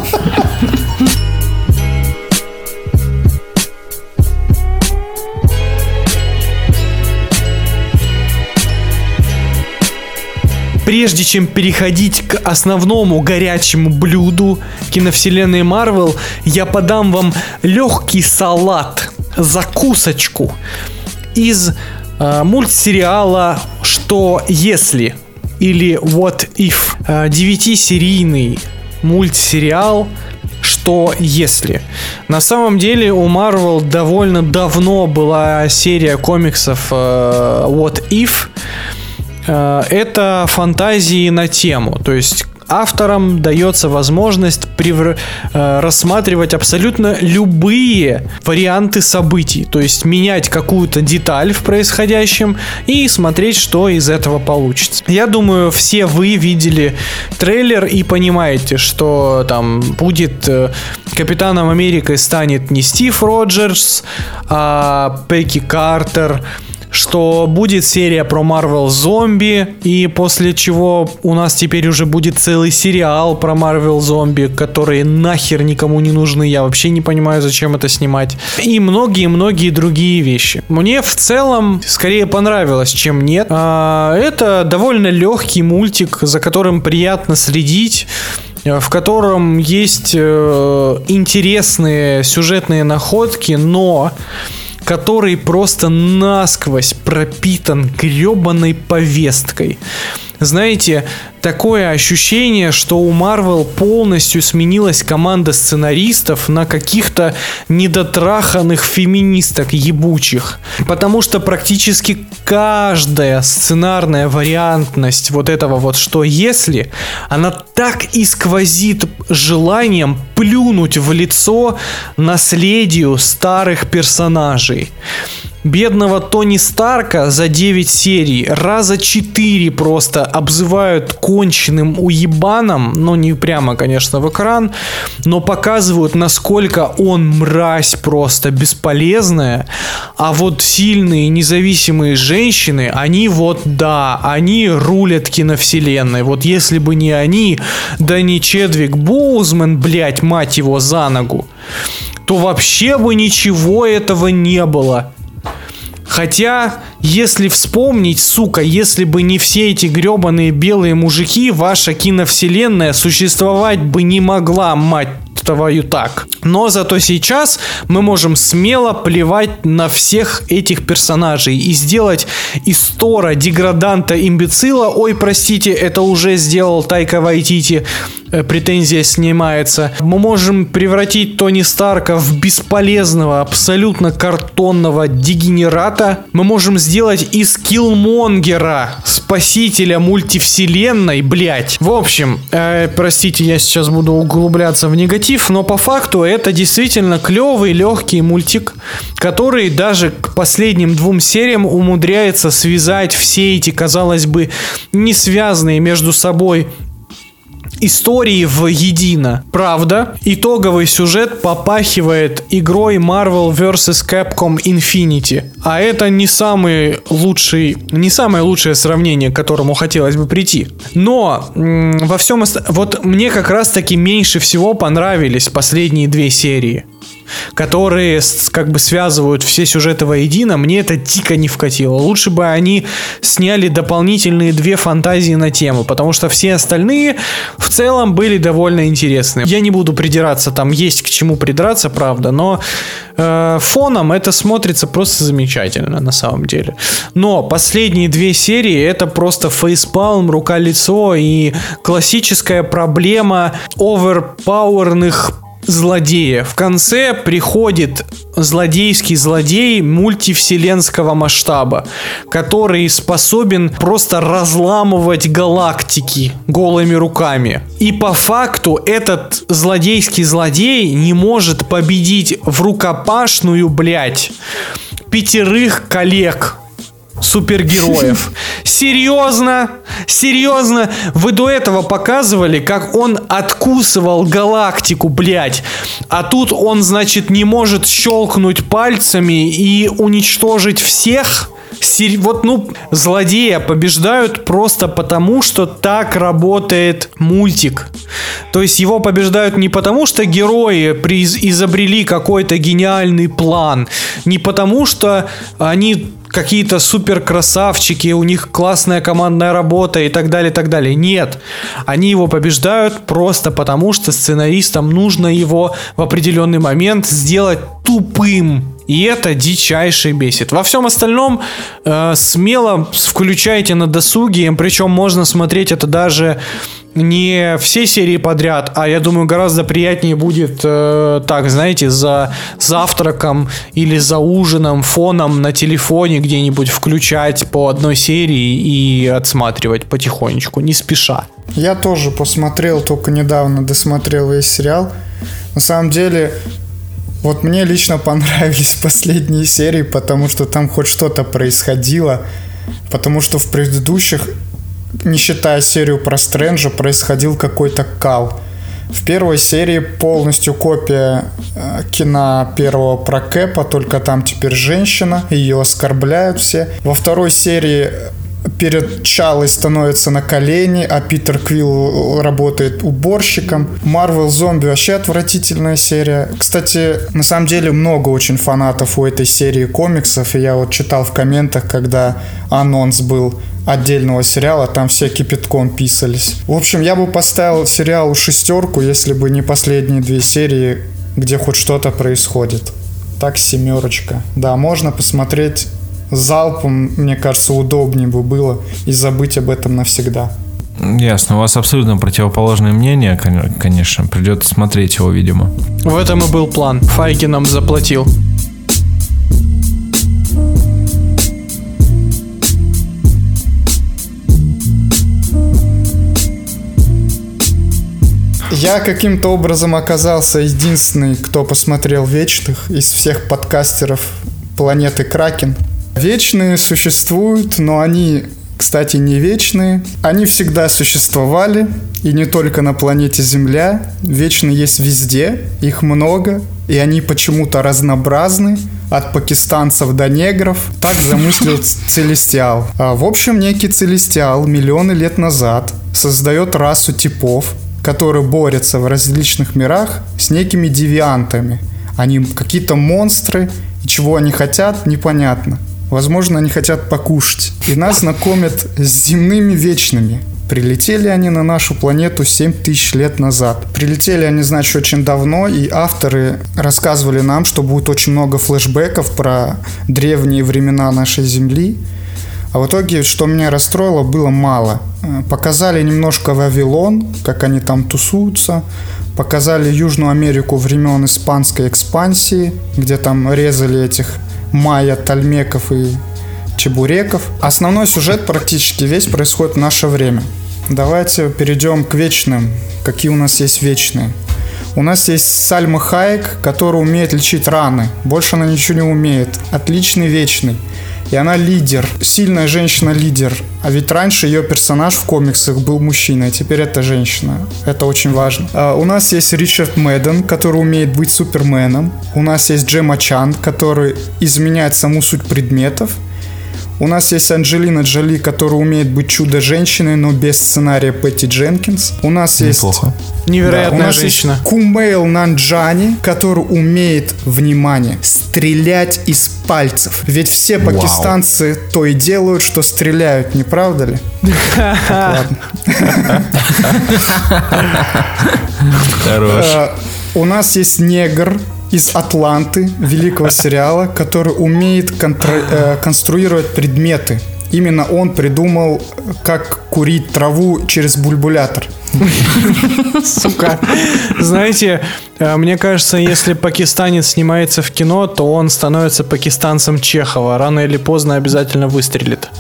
Speaker 1: Прежде чем переходить к основному горячему блюду киновселенной Марвел, я подам вам легкий салат, закусочку из э, мультсериала «Что если?» или «What if?» э, девятисерийный мультсериал «Что если?». На самом деле у Marvel довольно давно была серия комиксов э, «What if?». Это фантазии на тему, то есть авторам дается возможность превр... рассматривать абсолютно любые варианты событий, то есть менять какую-то деталь в происходящем и смотреть, что из этого получится. Я думаю, все вы видели трейлер и понимаете, что там будет Капитаном Америкой станет не Стив Роджерс, а Пегги Картер, что будет серия про Marvel зомби, и после чего у нас теперь уже будет целый сериал про Marvel зомби, которые нахер никому не нужны, я вообще не понимаю, зачем это снимать, и многие-многие другие вещи. Мне в целом скорее понравилось, чем нет. А, это довольно легкий мультик, за которым приятно следить, в котором есть э, интересные сюжетные находки, но который просто насквозь пропитан гребаной повесткой. Знаете, такое ощущение, что у Marvel полностью сменилась команда сценаристов на каких-то недотраханных феминисток ебучих. Потому что практически каждая сценарная вариантность вот этого вот «что если», она так и сквозит желанием плюнуть в лицо наследию старых персонажей. Бедного Тони Старка за девять серий раза четыре просто обзывают конченным уебаном, но не прямо, конечно, в экран, но показывают, насколько он мразь просто бесполезная, а вот сильные независимые женщины, они вот да, они рулят киновселенной. Вот если бы не они, да не Чедвик Боузман, блять, мать его за ногу, то вообще бы ничего этого не было. Хотя, если вспомнить, сука, если бы не все эти гребаные белые мужики, ваша киновселенная существовать бы не могла, мать твою, так. Но зато сейчас мы можем смело плевать на всех этих персонажей и сделать из Тора деграданта имбецила, ой, простите, это уже сделал Тайка Вайтити, э, претензия снимается. Мы можем превратить Тони Старка в бесполезного, абсолютно картонного дегенерата. Мы можем сделать из Киллмонгера спасителя мультивселенной, блять. В общем, э, простите, я сейчас буду углубляться в негатив, но по факту это действительно клевый, легкий мультик, который даже к последним двум сериям умудряется связать все эти, казалось бы, не связанные между собой истории воедино. Правда, итоговый сюжет попахивает игрой Marvel версус. Capcom Infinity. А это не самый лучший, не самое лучшее сравнение, к которому хотелось бы прийти. Но м- во всем ост... вот мне как раз таки меньше всего понравились последние две серии, которые как бы связывают все сюжеты воедино. Мне это дико не вкатило. Лучше бы они сняли дополнительные две фантазии на тему, потому что все остальные в целом были довольно интересны. Я не буду придираться, там есть к чему придраться, правда, но э, фоном это смотрится просто замечательно на самом деле. Но последние две серии это просто фейспалм, рука-лицо и классическая проблема оверпауэрных злодея. В конце приходит злодейский злодей мультивселенского масштаба, который способен просто разламывать галактики голыми руками. И по факту этот злодейский злодей не может победить в рукопашную, блять, пятерых коллег супергероев. Серьезно? Серьезно? Вы до этого показывали, как он откусывал галактику, блять. А тут он, значит, не может щелкнуть пальцами и уничтожить всех? Сер... Вот, ну, злодея побеждают просто потому, что так работает мультик. То есть его побеждают не потому, что герои приз... изобрели какой-то гениальный план, не потому, что они какие-то супер красавчики, у них классная командная работа и так далее, и так далее. Нет, они его побеждают просто потому, что сценаристам нужно его в определенный момент сделать тупым. И это дичайше бесит. Во всем остальном э, смело включайте на досуге, причем можно смотреть это даже не все серии подряд, а я думаю, гораздо приятнее будет э, так, знаете, за завтраком или за ужином, фоном на телефоне где-нибудь включать по одной серии и отсматривать потихонечку, не спеша.
Speaker 3: Я тоже посмотрел, только недавно досмотрел весь сериал. На самом деле, вот мне лично понравились последние серии, потому что там хоть что-то происходило, потому что в предыдущих, не считая серию про Стрэнджа, происходил какой-то кал. В первой серии полностью копия э, кино первого про Кэпа, только там теперь женщина, ее оскорбляют все. Во второй серии перед Чалой становится на колени, а Питер Квилл работает уборщиком. Marvel Зомби вообще отвратительная серия. Кстати, на самом деле много очень фанатов у этой серии комиксов, и я вот читал в комментах, когда анонс был отдельного сериала, там все кипятком писались. В общем, я бы поставил сериалу шестерку, если бы не последние две серии, где хоть что-то происходит. Так, семерочка. Да, можно посмотреть залпом, мне кажется, удобнее бы было и забыть об этом навсегда.
Speaker 2: Ясно, у вас абсолютно противоположное мнение, конечно, придется смотреть его, видимо.
Speaker 1: В этом и был план. Файги нам заплатил.
Speaker 3: Я каким-то образом оказался единственный, кто посмотрел «Вечных» из всех подкастеров планеты Кракен. Вечные существуют, но они, кстати, не вечные. Они всегда существовали, и не только на планете Земля. Вечные есть везде, их много, и они почему-то разнообразны, от пакистанцев до негров. Так замыслил Целестиал. А, в общем, некий Целестиал миллионы лет назад создает расу типов, которые борются в различных мирах с некими девиантами. Они какие-то монстры, и чего они хотят, непонятно. Возможно, они хотят покушать. И нас знакомят с земными вечными. Прилетели они на нашу планету семь тысяч лет назад. Прилетели они, значит, очень давно, и авторы рассказывали нам, что будет очень много флешбеков про древние времена нашей Земли. А в итоге, что меня расстроило, было мало. Показали немножко Вавилон, как они там тусуются. Показали Южную Америку времен испанской экспансии, где там резали этих майя, тальмеков и чебуреков. Основной сюжет практически весь происходит в наше время. Давайте перейдем к вечным. Какие у нас есть вечные? У нас есть Сальма Хайек, которая умеет лечить раны. Больше она ничего не умеет. Отличный вечный. И она лидер. Сильная женщина-лидер. А ведь раньше ее персонаж в комиксах был мужчиной, а теперь это женщина. Это очень важно. А у нас есть Ричард Мэдден, который умеет быть суперменом. У нас есть Джема Чан, который изменяет саму суть предметов. У нас есть Анджелина Джоли, которая умеет быть чудо-женщиной, но без сценария Пэтти Дженкинс. У нас
Speaker 2: Неплохо.
Speaker 3: есть...
Speaker 1: Невероятная
Speaker 3: да, у нас
Speaker 1: женщина.
Speaker 3: Есть Кумейл Нанджани, который умеет, внимание, стрелять из пальцев. Ведь все пакистанцы Вау. то и делают, что стреляют, не правда ли?
Speaker 2: Хорош.
Speaker 3: У нас есть негр из Атланты, великого сериала, который умеет контр- э, конструировать предметы. Именно он придумал, как курить траву через бульбулятор.
Speaker 1: Сука. Знаете, мне кажется, если пакистанец снимается в кино, то он становится пакистанцем Чехова. Рано или поздно обязательно выстрелит.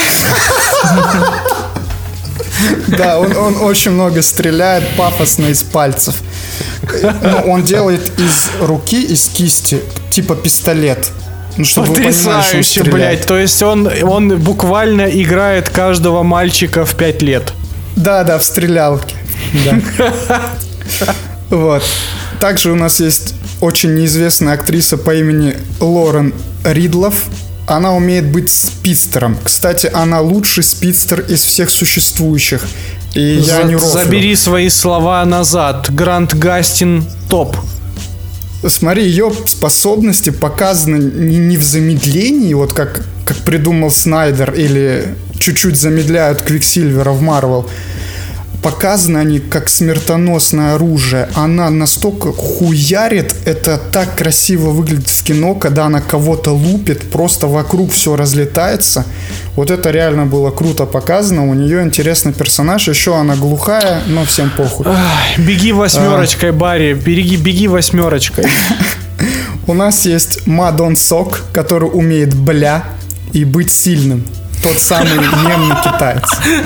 Speaker 3: Да, он, он очень много стреляет, пафосно из пальцев. Но он делает из руки, из кисти, типа пистолет. Ну, чтобы
Speaker 1: потрясающе, блядь. То есть он, он буквально играет каждого мальчика в пять лет.
Speaker 3: Да, да, в стрелялке. Да. Вот. Также у нас есть очень неизвестная актриса по имени Лорен Ридлов. Она умеет быть спидстером. Кстати, она лучший спидстер из всех существующих. И
Speaker 1: За-
Speaker 3: я не рофлю.
Speaker 1: Забери свои слова назад. Грант Гастин топ.
Speaker 3: Смотри, ее способности показаны не, не в замедлении, вот как, как придумал Снайдер, или чуть-чуть замедляют Квиксильвера в Марвел. Показаны они как смертоносное оружие. Она настолько хуярит, это так красиво выглядит в кино, когда она кого-то лупит, просто вокруг все разлетается. Вот это реально было круто показано. У нее интересный персонаж, еще она глухая, но всем похуй.
Speaker 1: Ах, беги восьмерочкой, а... Барри, беги, беги восьмерочкой.
Speaker 3: У нас есть Мадон Сок, который умеет бля и быть сильным. Тот самый мемный китаец.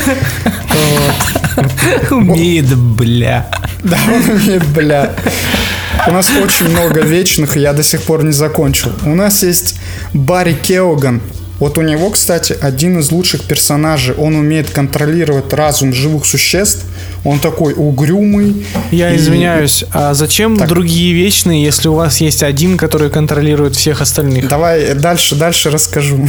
Speaker 2: Умеет, бля.
Speaker 3: Да, он умеет, бля. У нас очень много вечных, и я до сих пор не закончил. У нас есть Барри Кеоган. Вот у него, кстати, один из лучших персонажей. Он умеет контролировать разум живых существ. Он такой угрюмый.
Speaker 1: Я
Speaker 3: и...
Speaker 1: извиняюсь, а зачем так. другие вечные, если у вас есть один, который контролирует всех остальных?
Speaker 3: Давай дальше, дальше расскажу.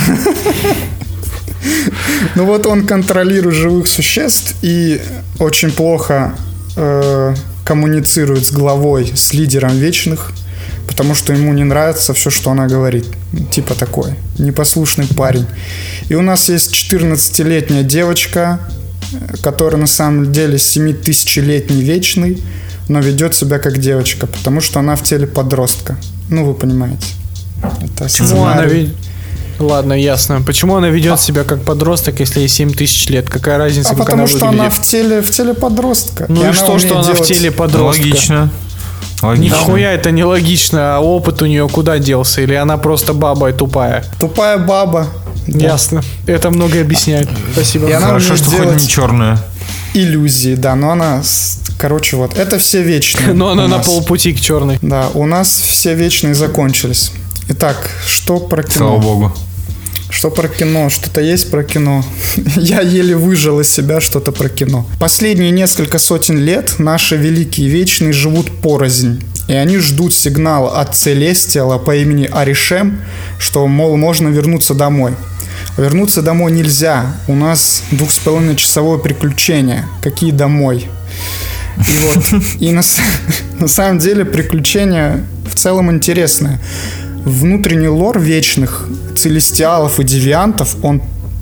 Speaker 3: Ну вот он контролирует живых существ и очень плохо э, коммуницирует с главой, с лидером вечных, потому что ему не нравится все, что она говорит. Типа такой непослушный парень. И у нас есть четырнадцатилетняя девочка, которая на самом деле семитысячелетний вечный, но ведет себя как девочка, потому что она в теле подростка. Ну, вы понимаете. Это
Speaker 1: Почему она ведь... Ладно, ясно. Почему она ведет себя как подросток, если ей семь тысяч лет? Какая разница,
Speaker 3: а
Speaker 1: как
Speaker 3: потому
Speaker 1: она
Speaker 3: что
Speaker 1: выглядит?
Speaker 3: она в теле, в теле подростка.
Speaker 1: Ну и, и что, что она делать... в теле подростка?
Speaker 2: Логично. Логично.
Speaker 1: Нихуя это не логично. А опыт у нее куда делся? Или она просто баба и тупая?
Speaker 3: Тупая баба.
Speaker 1: Да. Ясно. Это многое объясняет. Спасибо.
Speaker 3: И она
Speaker 2: Хорошо, что хоть не черная.
Speaker 3: Иллюзии, да, но она... Короче, вот, это все вечные.
Speaker 1: Но она на полпути к черной.
Speaker 3: Да, у нас все вечные закончились. Итак, что про кино?
Speaker 2: Слава богу.
Speaker 3: Что про кино? Что-то есть про кино? Я еле выжил из себя что-то про кино. Последние несколько сотен лет наши великие вечные живут порознь. И они ждут сигнала от Целестиала по имени Аришем, что, мол, можно вернуться домой. Вернуться домой нельзя. У нас двух с половиной часовое приключение. Какие домой? И вот, и на, на самом деле приключение в целом интересное. Внутренний лор вечных, целестиалов и девиантов, он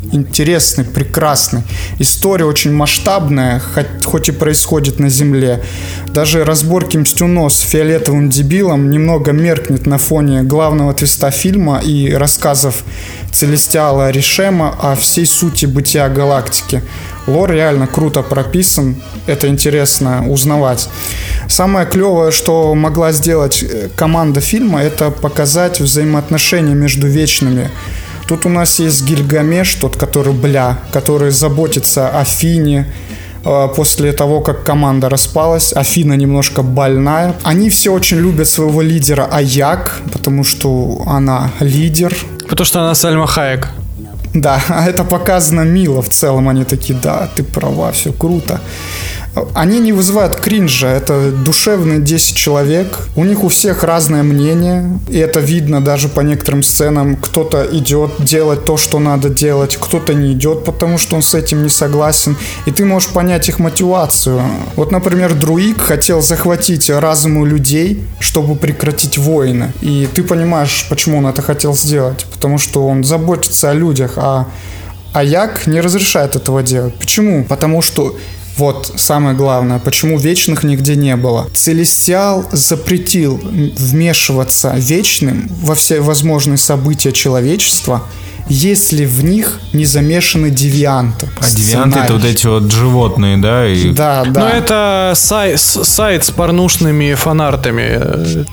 Speaker 3: интересный, прекрасный. История очень масштабная, хоть, хоть и происходит на Земле. Даже разборки Мстюно с фиолетовым дебилом немного меркнет на фоне главного твиста фильма и рассказов Целестиала Ришема о всей сути бытия галактики. Лор реально круто прописан, это интересно узнавать. Самое клевое, что могла сделать команда фильма, это показать взаимоотношения между вечными. Тут у нас есть Гильгамеш, тот, который бля, который заботится о Фине после того, как команда распалась. Афина немножко больная. Они все очень любят своего лидера Аяк, потому что она лидер.
Speaker 1: Потому что она Сальма Хайек.
Speaker 3: Да, это показано мило в целом. Они такие, да, ты права, все круто. Они не вызывают кринжа, это душевные десять человек. У них у всех разное мнение, и это видно даже по некоторым сценам. Кто-то идет делать то, что надо делать, кто-то не идет, потому что он с этим не согласен. И ты можешь понять их мотивацию. Вот, например, Друик хотел захватить разуму людей, чтобы прекратить войны. И ты понимаешь, почему он это хотел сделать. Потому что он заботится о людях, а Аяк не разрешает этого делать. Почему? Потому что вот самое главное, почему вечных нигде не было. Целестиал запретил вмешиваться вечным во все возможные события человечества, если в них не замешаны девианты.
Speaker 2: А девианты это вот эти вот животные, да? И...
Speaker 3: Да, да.
Speaker 1: Но это сай- сайт с порнушными фанартами.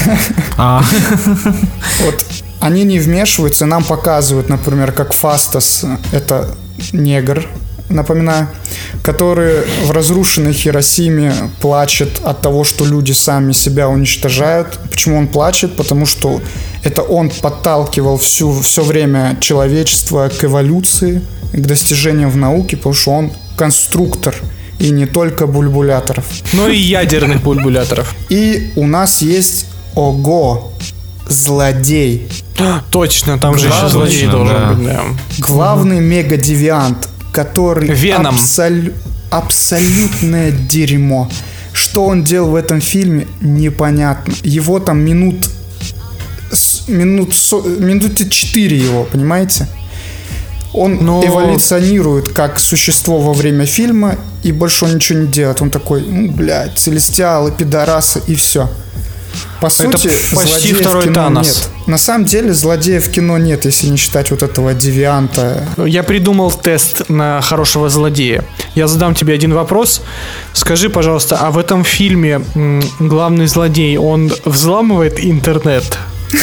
Speaker 3: Вот они не вмешиваются, нам показывают, например, как Фастас, это негр, напоминаю, который в разрушенной Хиросиме плачет от того, что люди сами себя уничтожают. Почему он плачет? Потому что это он подталкивал всю, все время человечество к эволюции, к достижениям в науке, потому что он конструктор. И не только бульбуляторов.
Speaker 1: Но и ядерных бульбуляторов.
Speaker 3: И у нас есть Ого, злодей.
Speaker 1: Точно, там же еще злодей должен быть.
Speaker 3: Главный мега-девиант, который абсол... абсолютное дерьмо. Что он делал в этом фильме, непонятно. Его там минут минут со... минуты четыре его, понимаете? Он Но... эволюционирует как существо во время фильма, и больше он ничего не делает. Он такой, ну, блядь, целестиалы, пидорасы, и все. По
Speaker 1: Это
Speaker 3: сути,
Speaker 1: почти второй Танос.
Speaker 3: Нет. На самом деле, злодеев в кино нет, если не считать вот этого девианта.
Speaker 1: Я придумал тест на хорошего злодея. Я задам тебе один вопрос. Скажи, пожалуйста, а в этом фильме м, главный злодей, он взламывает интернет?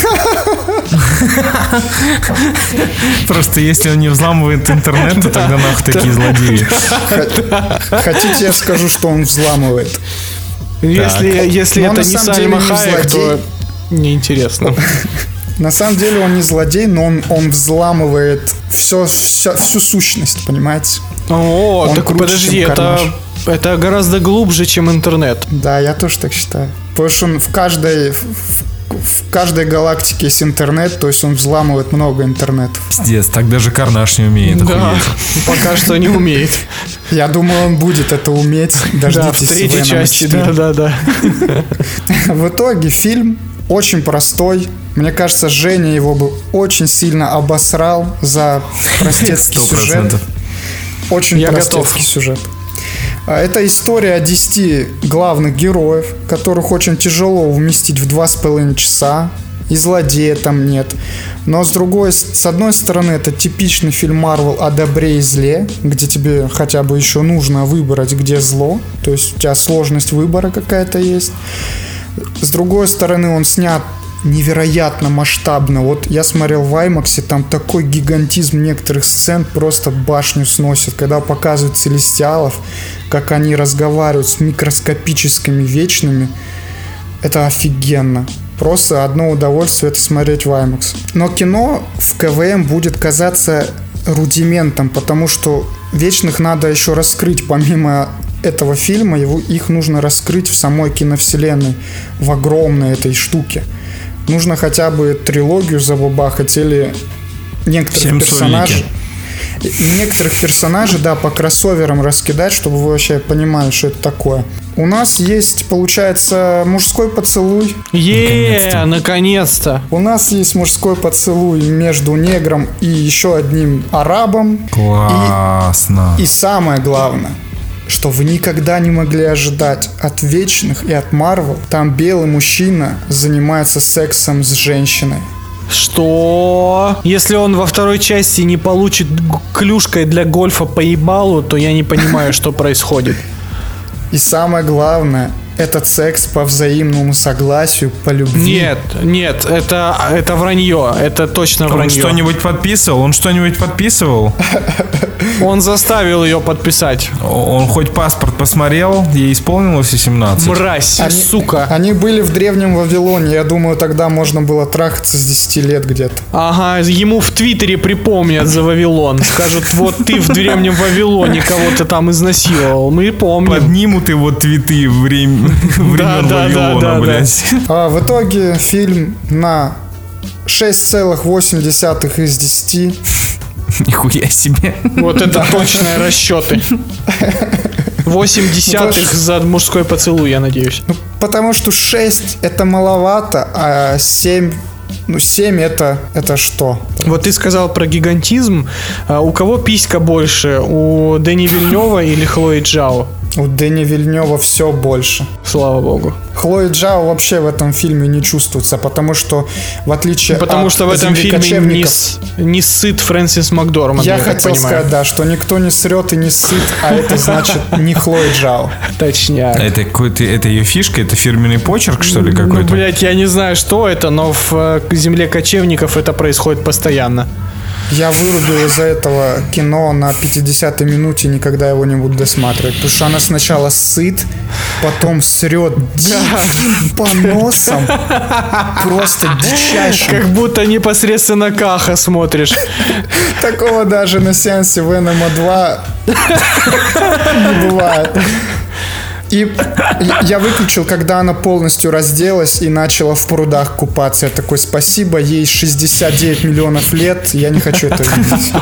Speaker 2: Просто если он не взламывает интернет, то тогда нахуй такие злодеи.
Speaker 3: Хотите, я скажу, что он взламывает?
Speaker 1: Если, если это не Сальма Хайек, то неинтересно.
Speaker 3: На самом деле он не злодей, но он, он взламывает все, все, всю сущность, понимаете?
Speaker 1: О, он так подожди, это, это гораздо глубже, чем интернет.
Speaker 3: Да, я тоже так считаю. Потому что он в каждой... В, в каждой галактике есть интернет, то есть он взламывает много интернетов.
Speaker 2: Пиздец, так даже Карнаж не умеет.
Speaker 1: Да, пока что не умеет.
Speaker 3: Я думаю, он будет это уметь. Дождитесь.
Speaker 1: Да, в третьей части, да, да, да.
Speaker 3: В итоге фильм очень простой. Мне кажется, Женя его бы очень сильно обосрал за простецкий сюжет. Очень
Speaker 1: Я
Speaker 3: простецкий
Speaker 1: готов.
Speaker 3: сюжет. Это история о десяти главных героев, которых очень тяжело вместить в два с половиной часа. И злодея там нет. Но с другой, с одной стороны, это типичный фильм Marvel о добре и зле, где тебе хотя бы еще нужно выбрать, где зло. То есть у тебя сложность выбора какая-то есть. С другой стороны, он снят невероятно масштабно. Вот я смотрел в IMAX, там такой гигантизм некоторых сцен, просто башню сносит. Когда показывают целестиалов, как они разговаривают с микроскопическими вечными, это офигенно. Просто одно удовольствие это смотреть в IMAX. Но кино в КВМ будет казаться рудиментом, потому что вечных надо еще раскрыть. Помимо этого фильма, его, их нужно раскрыть в самой киновселенной, в огромной этой штуке. Нужно хотя бы трилогию забабахать или некоторых
Speaker 2: Всем
Speaker 3: персонажей. Некоторых персонажей, да, по кроссоверам раскидать, чтобы вы вообще понимали, что это такое. У нас есть, получается, мужской поцелуй.
Speaker 1: Е, наконец-то.
Speaker 3: У нас есть мужской поцелуй между негром и еще одним арабом.
Speaker 2: Классно.
Speaker 3: И, и самое главное, что вы никогда не могли ожидать от Вечных и от Марвел. Там белый мужчина занимается сексом с женщиной.
Speaker 1: Что? Если он во второй части не получит клюшкой для гольфа по ебалу, то я не понимаю, что происходит.
Speaker 3: И самое главное, этот секс по взаимному согласию, по любви.
Speaker 1: Нет, нет, это, это вранье, это точно
Speaker 2: Он
Speaker 1: вранье.
Speaker 2: что-нибудь подписывал? Он что-нибудь подписывал?
Speaker 1: Он заставил ее подписать.
Speaker 2: Он хоть паспорт посмотрел, ей исполнилось семнадцать.
Speaker 1: Мразь,
Speaker 3: Они,
Speaker 1: сука.
Speaker 3: Они были в древнем Вавилоне. Я думаю, тогда можно было трахаться с десяти лет где-то.
Speaker 1: Ага, ему в Твиттере припомнят за Вавилон. Скажут, вот ты в древнем Вавилоне кого-то там изнасиловал. Мы помним.
Speaker 2: Поднимут его твиты времен
Speaker 1: Да, да, да,
Speaker 2: Вавилона,
Speaker 1: да,
Speaker 2: блядь.
Speaker 3: А в итоге фильм на шесть целых восемь десятых из десяти.
Speaker 2: Нихуя себе.
Speaker 1: Вот это точные расчеты. Восемь десятых за мужской поцелуй, я надеюсь.
Speaker 3: Ну, потому что шесть это маловато, а семь... Ну, семь это, это что?
Speaker 1: Вот ты сказал про гигантизм. А у кого писька больше? У Дэни Вильнёва или Хлои Джао?
Speaker 3: У Дэни Вильнёва все больше.
Speaker 1: Слава богу.
Speaker 3: Хлои Джао вообще в этом фильме не чувствуется, потому что в отличие
Speaker 1: Потому
Speaker 3: от
Speaker 1: что в этом фильме не,
Speaker 3: «Землекочевников»,
Speaker 1: с- не сыт Фрэнсис Макдорманд,
Speaker 3: я,
Speaker 1: я, так
Speaker 3: хотел
Speaker 1: понимаю.
Speaker 3: сказать, да, что никто не срет и не сыт, а это значит не Хлои Джао.
Speaker 1: Точняк.
Speaker 2: Это какой-то, это ее фишка, это фирменный почерк, что ли,
Speaker 1: Ну,
Speaker 2: какой-то?
Speaker 1: блядь, я не знаю, что это, но в э, «Земле кочевников» это происходит постоянно.
Speaker 3: Я вырубил из-за этого кино на пятидесятой минуте, никогда его не буду досматривать. Потому что она сначала сыт, потом срет диким поносом. Просто дичайшим.
Speaker 1: Как будто непосредственно Каха смотришь.
Speaker 3: Такого даже на сеансе Венома два не бывает. И я выключил, когда она полностью разделась и начала в прудах купаться. Я такой, спасибо, ей шестьдесят девять миллионов лет, я не хочу это видеть.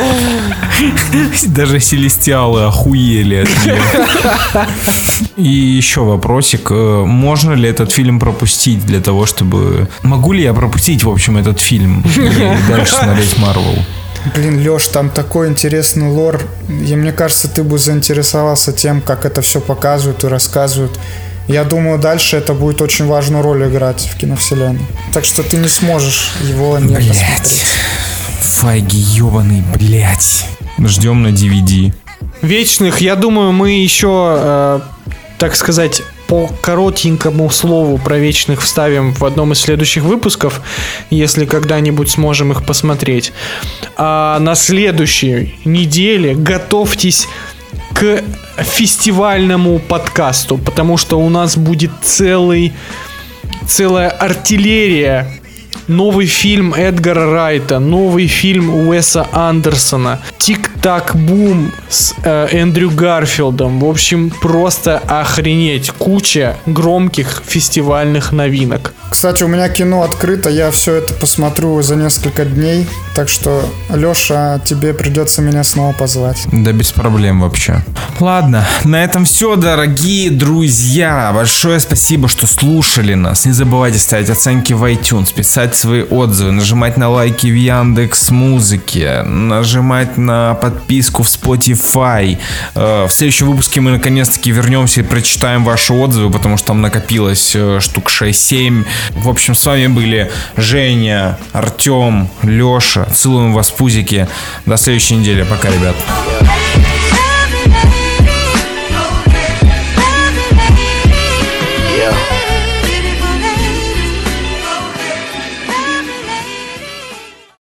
Speaker 2: Даже селестиалы охуели от нее. И еще вопросик. э, Можно ли этот фильм пропустить для того, чтобы... Могу ли я пропустить, в общем, этот фильм и дальше смотреть Марвел?
Speaker 3: Блин, Леш, там такой интересный лор. И мне кажется, ты бы заинтересовался тем, как это все показывают и рассказывают. Я думаю, дальше это будет очень важную роль играть в киновселенной. Так что ты не сможешь его не
Speaker 2: Блять.
Speaker 3: посмотреть.
Speaker 2: Файги ебаный, блять. Ждем на ди ви ди.
Speaker 1: Вечных, я думаю, мы еще, э, так сказать, по коротенькому слову про Вечных вставим в одном из следующих выпусков, если когда-нибудь сможем их посмотреть. А на следующей неделе готовьтесь к фестивальному подкасту, потому что у нас будет целый, целая артиллерия. Новый фильм Эдгара Райта, новый фильм Уэса Андерсона, Тик-так-бум с э, Эндрю Гарфилдом. В общем, просто охренеть. Куча громких фестивальных новинок.
Speaker 3: Кстати, у меня кино открыто, я все это посмотрю за несколько дней. Так что, Леша, тебе придется меня снова позвать.
Speaker 2: Да без проблем вообще. Ладно, на этом все, дорогие друзья. Большое спасибо, что слушали нас. Не забывайте ставить оценки в iTunes, писать свои отзывы, нажимать на лайки в Яндекс.Музыке, нажимать на подписку в Spotify. Э, В следующем выпуске мы наконец-таки вернемся и прочитаем ваши отзывы, потому что там накопилось э, штук шесть-семь. В общем, с вами были Женя, Артем, Леша. Целуем вас в пузики. До следующей недели. Пока, ребят.